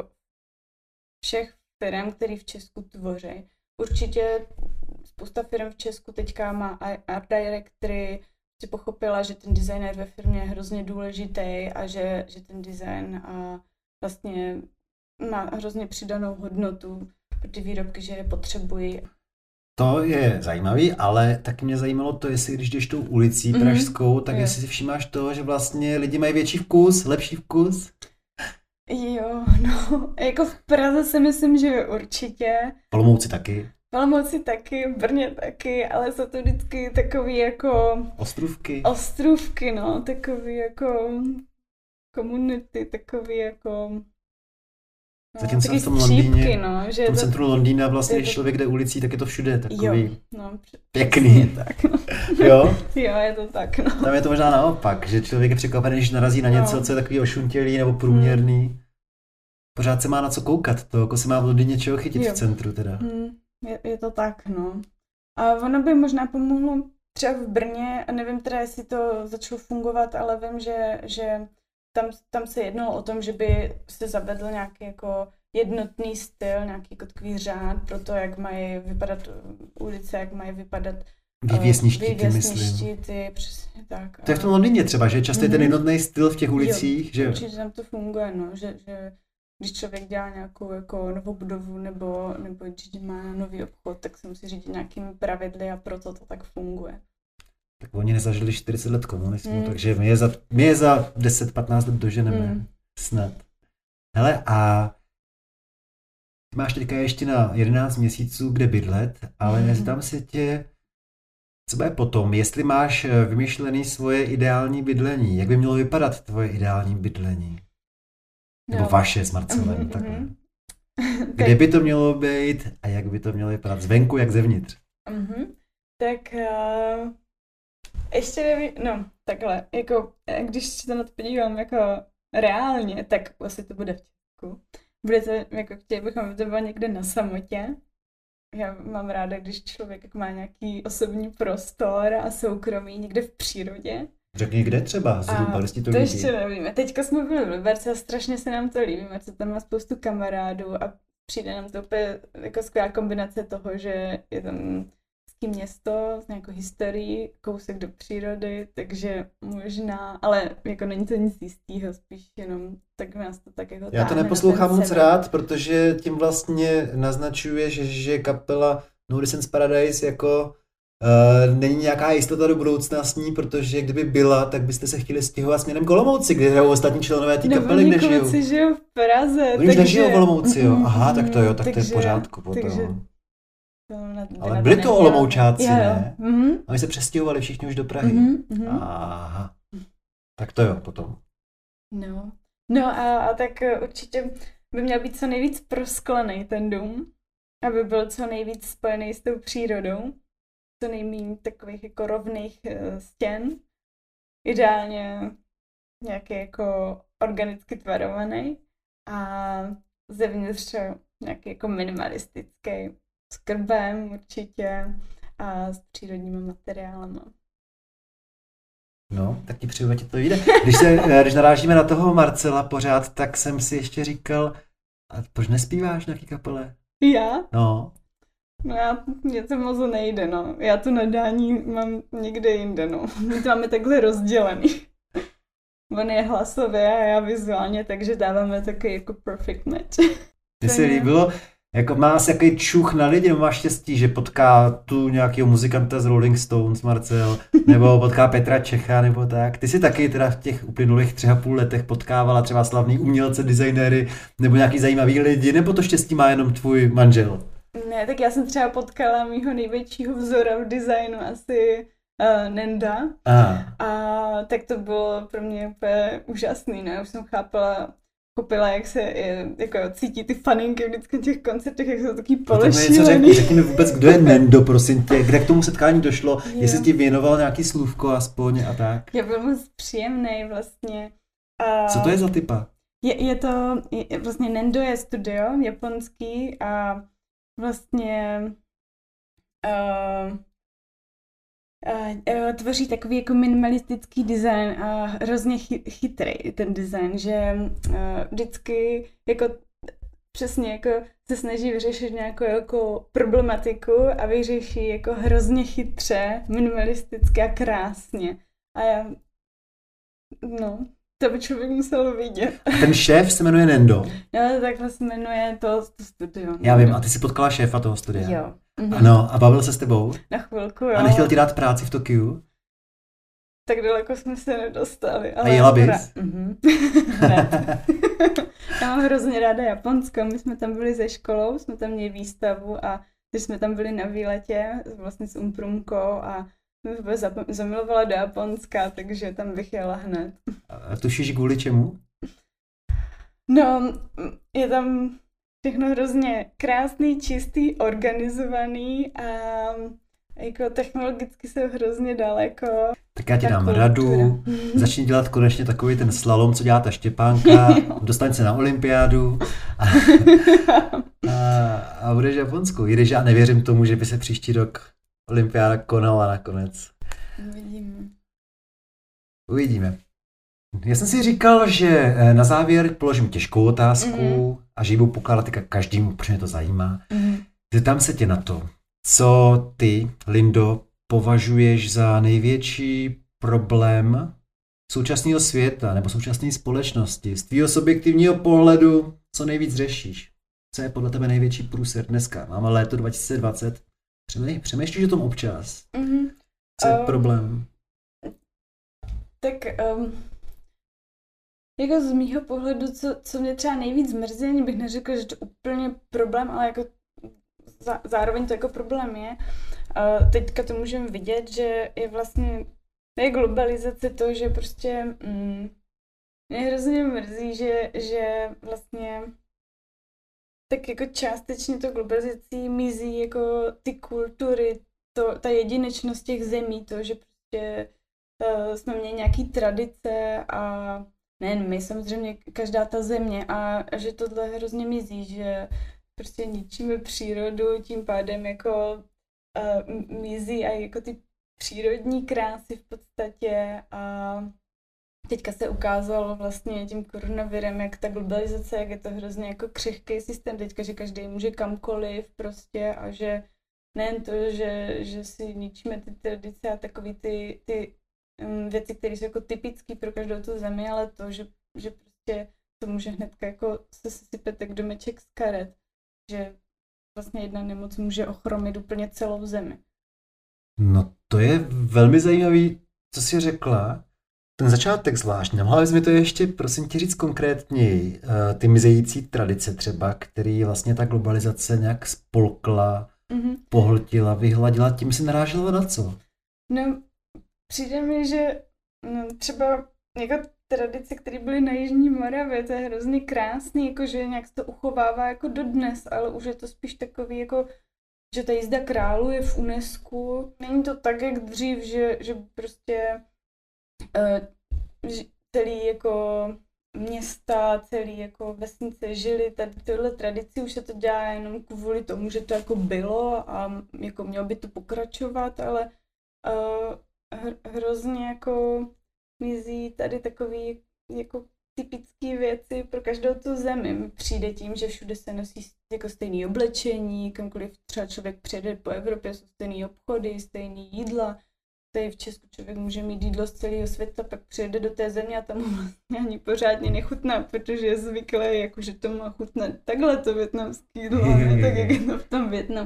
všech firm, který v Česku tvoří. Určitě spousta firm v Česku teďka má art directory, si pochopila, že ten designer ve firmě je hrozně důležitý a že, že ten design a vlastně má hrozně přidanou hodnotu pro ty výrobky, že je potřebují. To je zajímavý, ale taky mě zajímalo to, jestli když jdeš tou ulicí Mhm, pražskou, tak jo. jestli si všímáš to, že vlastně lidi mají větší vkus, lepší vkus. Jo, no, jako v Praze si myslím, že určitě. V Olomouci taky. V Olomouci taky, v Brně taky, ale jsou to vždycky takový jako Ostrůvky. ostrůvky, no, takový jako komunity, takový jako no, Zatímco taky v tom střípky, Londýně, no, že v tom to, centru Londýna vlastně, je když to- člověk jde ulicí, tak je to všude takový jo, no, př- pěkný. přesně tak, no. Jo? Jo, je to tak, no. Tam je to možná naopak, že člověk je překvapený, když narazí na něco, No. co je takový ošuntělý nebo průměrný. Pořád se má na co koukat, to jako se má v Londýně čeho chytit Jo. v centru teda. Hmm, je, je to tak, no. A ono by možná pomohlo třeba v Brně, a nevím teda, jestli to začalo fungovat, ale vím, že, že tam, tam se jednalo o tom, že by se zavedl nějaký jako jednotný styl, nějaký jako takový řád pro to, jak mají vypadat ulice, jak mají vypadat Vývěsní eh, štíty, vývěsní myslím. štíty, přesně tak. To je v tom Londýně třeba, že často je ten Mhm. jednotný styl v těch ulicích, Jo, že určitě tam to funguje, no, že, že když člověk dělá nějakou jako novou budovu nebo, nebo když má nový obchod, tak se musí řídit nějakými pravidly a proto to tak funguje. tak oni nezažili čtyřicet let komunismu, Mm. takže my je za, my je za deset patnáct let doženeme. Mm. Snad. Hele, a ty máš teďka ještě na jedenáct měsíců kde bydlet, ale Mhm. zeptám se tě, co bude potom, jestli máš eh, vymyšlený svoje ideální bydlení, jak by mělo vypadat tvoje ideální bydlení? Nebo Jo. vaše s Marcelem, Mhm, takhle. mhm. Kde by to mělo být a jak by to mělo vypadat zvenku, jak zevnitř? Mhm. Tak uh, ještě nevím, no takhle, jako eh, když se to na to podívám jako reálně, tak asi to bude v Česku. Bude to, jako chtěli bychom, aby to bylo někde na samotě. Já mám ráda, když člověk jako má nějaký osobní prostor a soukromí někde v přírodě. Řekni kde třeba, zhruba, A jestli to to líbí. ještě nevíme. Teďka jsme byli v Liberci a strašně se nám to líbí. Marce tam má spoustu kamarádů a přijde nám to úplně jako skvělá kombinace toho, že je tam velký město s nějakou historií, kousek do přírody, takže možná, ale jako není to nic jistýho, spíš jenom tak nás to tak jako Já to neposlouchám moc rád, protože tím vlastně naznačuje, že, že kapela No Distance Paradise jako Uh, není nějaká jistota do budoucna s ní, protože kdyby byla, tak byste se chtěli stěhovat směrem k Olomouci, kde hrajou ostatní členové té kapely, kde žijou. Kluci žijou v Praze. Oni už nežijou v Olomouci, jo? Aha, tak to jo, tak takže, to je v pořádku potom. Takže to na, Ale na byli to Olomoučáci, jo, ne? Mm-hmm. A my se přestěhovali všichni už do Prahy. Mm-hmm. Aha, tak to jo, potom. No, no a, a tak určitě by měl být co nejvíc prosklený ten dům, aby byl co nejvíc spojený s tou přírodou. Co nejméně takových jako rovných uh, stěn. Ideálně nějaký jako organicky tvarovaný a zevnitř nějaký jako minimalistický s krbem určitě a s přírodními materiálami. No, tak ti přeju, ať ti to jde. Když, se, když narážíme na toho Marcela pořád, tak jsem si ještě říkal, a proč nespíváš na jaký kapele? Já? No. No já, mě to moc nejde, no. Já tu nadání mám někde jinde, no. My to máme takhle rozdělený. On je hlasově a já vizuálně, takže dáváme takový jako perfect match. Mně se líbilo, jako má asi jaký čuch na lidi, má štěstí, že potká tu nějakého muzikanta z Rolling Stones, Marcel, nebo potká Petra Čecha, nebo tak. Ty jsi taky teda v těch uplynulých třech a půl letech potkávala třeba slavný umělce, designéry, nebo nějaký zajímavý lidi, nebo to štěstí má jenom tvůj manžel? Ne, tak já jsem třeba potkala mýho největšího vzora v designu, asi uh, Nenda. Aha. A tak to bylo pro mě úplně úžasný, ne? Už jsem chápala, kopila, jak se jako cítí ty faninky vždycky na těch koncertech, jak jsou taky polešílený. No řekni mi vůbec, kdo je Nendo, prosím tě, kde k tomu setkání došlo, jo. Jestli ti věnoval nějaký slůvko aspoň a tak. Já byl moc příjemný vlastně. A co to je za typa? Je, je to, je, vlastně Nendo je studio japonský a vlastně uh, uh, tvoří takový jako minimalistický design a hrozně chy, chytrý ten design, že uh, vždycky jako přesně jako se snaží vyřešit nějakou jako problematiku a vyřeší jako hrozně chytře, minimalisticky a krásně. A já, no, to by člověk musel vidět. Ten šéf se jmenuje Nendo. No, takhle se jmenuje to, to studio. Já vím, a ty jsi potkala šéfa toho studia. Jo. Mhm. Ano, a bavil se s tebou? Na chvilku, jo. A nechtěl ti dát práci v Tokiu? Tak daleko jsme se nedostali. Ale a jela bys? Mhm. Já mám hrozně ráda Japonsko. My jsme tam byli se školou, jsme tam měli výstavu a když jsme tam byli na výletě vlastně s Umprumkou a mě zamilovala do Japonska, takže tam bych jela hned. A tušíš kvůli čemu? No, je tam všechno hrozně krásný, čistý, organizovaný a jako technologicky jsou hrozně daleko. Tak já ti dám kultura. Radu, začni dělat konečně takový ten slalom, co dělá ta Štěpánka, dostaň se na olympiádu a, a, a budeš v Japonsku. Jdeš, já nevěřím tomu, že by se příští rok olympiáda konala nakonec. Uvidíme. Uvidíme. Já jsem si říkal, že na závěr položím těžkou otázku mm. a že ji budu pokládat každému, protože mě to zajímá. Mm. Zeptám se tě na to, co ty, Lindo, považuješ za největší problém současného světa nebo současné společnosti. Z tvýho subjektivního pohledu, co nejvíc řešíš? Co je podle tebe největší průser dneska? Máme léto dva tisíce dvacet. Přemýšlíš o tom občas? Mm-hmm. Co je um, problém? Tak um, jako z mýho pohledu, co, co mě třeba nejvíc mrzí, ani bych neřekla, že to je úplně problém, ale jako zá, zároveň to jako problém je. Uh, teďka to můžeme vidět, že je vlastně je globalizace to, že prostě mm, mě hrozně mrzí, že, že vlastně tak jako částečně to globalizací mizí jako ty kultury, to, ta jedinečnost těch zemí, to, že prostě uh, jsme měli nějaký tradice a nejen my, samozřejmě každá ta země a, a že tohle hrozně mizí, že prostě ničíme přírodu, tím pádem jako uh, mizí a jako ty přírodní krásy v podstatě a teďka se ukázalo vlastně tím koronavirem, jak ta globalizace, jak je to hrozně jako křehký systém teďka, že každý může kamkoliv prostě a že nejen to, že, že si ničíme ty tradice a takový ty, ty um, věci, které jsou jako typické pro každou tu zemi, ale to, že, že prostě to může hnedka jako se sypet jak domeček z karet, že vlastně jedna nemoc může ochromit úplně celou zemi. No to je velmi zajímavý, co jsi řekla. Ten začátek zvlášť. Nemohla bys mi to ještě, prosím tě, říct konkrétněji. Ty mizející tradice třeba, který vlastně ta globalizace nějak spolkla, mm-hmm. pohltila, vyhladila, tím si narážela na co? No, přijde mi, že no, třeba jako tradice, které byly na Jižní Moravě, to je hrozně krásný, jakože nějak se to uchovává jako dodnes, ale už je to spíš takový jako, že ta jízda králů je v UNESCO. Není to tak, jak dřív, že, že prostě uh, celý jako města, celý jako vesnice žili tady tyhle tradici, už se to dělá jenom kvůli tomu, že to jako bylo a jako mělo by to pokračovat, ale uh, hr, hrozně jako mizí tady takový jako typické věci pro každou tu zemi. Přijde tím, že všude se nosí jako stejné oblečení, kamkoliv třeba člověk přijede po Evropě, jsou stejné obchody, stejné jídla. Tady v Česku člověk může mít jídlo z celého světa, pak přijede do té země a tam mu vlastně ani pořádně nechutná, protože je zvyklý, jako, že to má chutnat takhle to vietnamské jídlo, ne tak, jak je to v tom Vietnamu.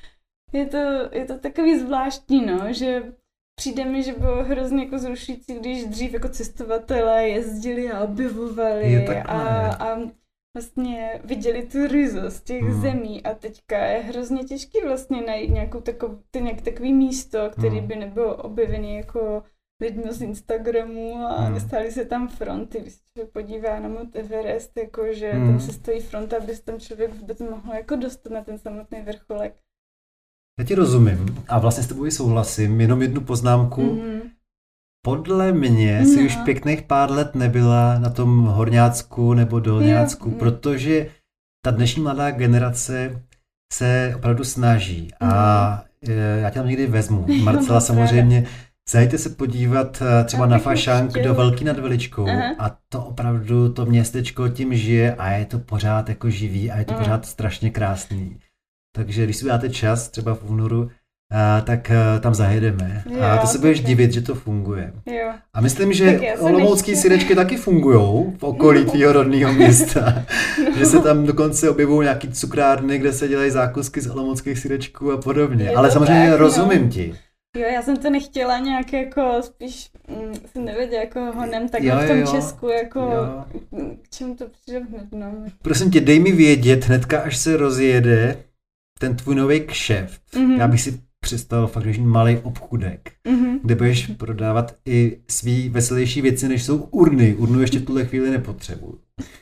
Je to, je to takový zvláštní, no, že přijde mi, že bylo hrozně jako zrušující, když dřív jako cestovatelé jezdili a objevovali a, a vlastně viděli tu ryzost těch hmm. zemí a teďka je hrozně těžký vlastně najít nějakou takový, nějak takový místo, který by nebylo objevený jako lidmi z Instagramu a hmm. nestály se tam fronty. Když se člověk podívá na Mount Everest, jako že hmm. tam se stojí fronta, aby se tam člověk vůbec mohl jako dostat na ten samotný vrcholek. Já ti rozumím a vlastně s tebou i souhlasím, jenom jednu poznámku. Mm-hmm. Podle mě no. si už pěkných pár let nebyla na tom Horňácku nebo Dolňácku, jo. protože ta dnešní mladá generace se opravdu snaží mm. a já tě tam někdy vezmu. Marcela samozřejmě, zajďte se podívat třeba na Fašánk do Velký nad Veličkou Aha. a to opravdu to městečko tím žije a je to pořád jako živý a je to mm. pořád strašně krásný. Takže když si dáte čas, třeba v únoru, a, tak a, tam zajedeme. Jo, a to se budeš divit, že to funguje. Jo. A myslím, že olomoucký syrečky taky fungujou v okolí tvýho rodného města. No. Že se tam dokonce objevují nějaký cukrárny, kde se dělají zákusky z olomouckých syrečků a podobně. Ale samozřejmě tak, rozumím no. ti. Jo, já jsem to nechtěla nějak jako spíš, mm, jsem nevěděla, jako honem takhle v tom jo, Česku, jako jo. k čemu to přijde hned, no. Prosím tě, dej mi vědět hnedka, až se rozjede ten tvůj nový kšeft. Mm-hmm. Já bych si představil fakt, že malý obchůdek, mm-hmm. kde budeš prodávat i svý veselější věci, než jsou urny. Urnu ještě v tuhle chvíli nepotřebuju.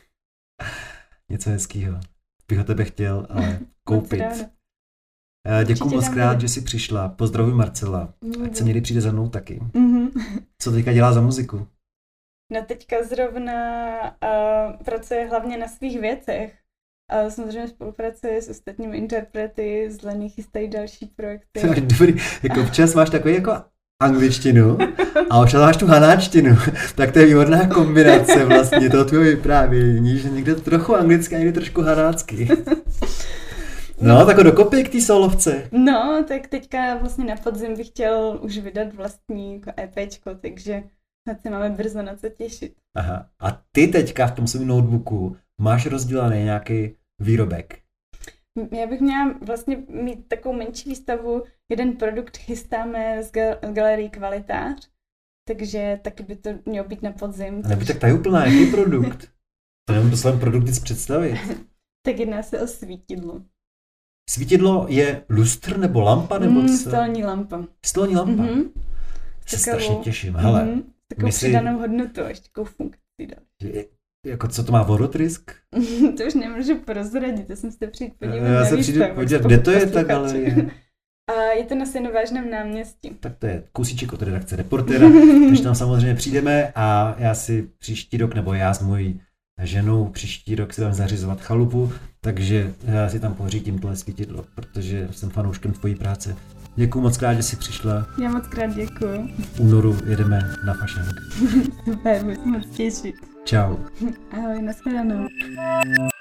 Něco hezkýho. Bych o tebe chtěl ale koupit. Děkuju moc krát, že jsi přišla. Pozdravuj Marcela. Mm-hmm. Ať se někdy přijde za mnou taky. Mm-hmm. Co teďka dělá za muziku? No teďka zrovna uh, pracuje hlavně na svých věcech. A samozřejmě spolupracuje s ostatními interprety, z Leny chystají další projekty. Dobrý, jako občas máš takový jako angličtinu a občas máš tu hanáčtinu, tak to je výborná kombinace vlastně toho tvého vyprávění, že někde trochu anglicky a někde trošku hanácky. No, no tak dokopej k té solovce. No, tak teďka vlastně na podzim bych chtěl už vydat vlastní jako EPčko, takže snad se máme brzo na co těšit. Aha, a ty teďka v tom svém notebooku máš rozdělaný nějaký výrobek? Já bych měla vlastně mít takovou menší výstavu. Jeden produkt chystáme z gal- galerii Kvalitář, takže taky by to mělo být na podzim. Nebo tak tady úplná, jaký produkt? To nemůžu svém produkt nic představit. Tak jedná se o svítidlo. Svítidlo je lustr nebo lampa? Nebo mm, stolní lampa. Stolní lampa? Mm-hmm. Se takovou, strašně těším. Hele, mm-hmm. Takovou si... přidanou hodnotu, ještě takovou funkci další. Jako co to má vodotrysk? To už nemůžu prozradit, to jsem se přijít podívat Já na se přijdu podívat, kde to je ta galerie? A je to na Synovážném náměstí. Tak to je kousíček od redakce Reportéra, takže tam samozřejmě přijdeme a já si příští rok, nebo já s mojí ženou příští rok si tam zařizovat chalupu, takže já si tam pořídím tohle svítidlo, protože jsem fanouškem tvojí práce. Děkuju moc krát, že jsi přišla. Já moc krát děkuju. V únoru jedeme na Fašánk. Super, budu moc těšit. Čau. Ahoj, nashledanou.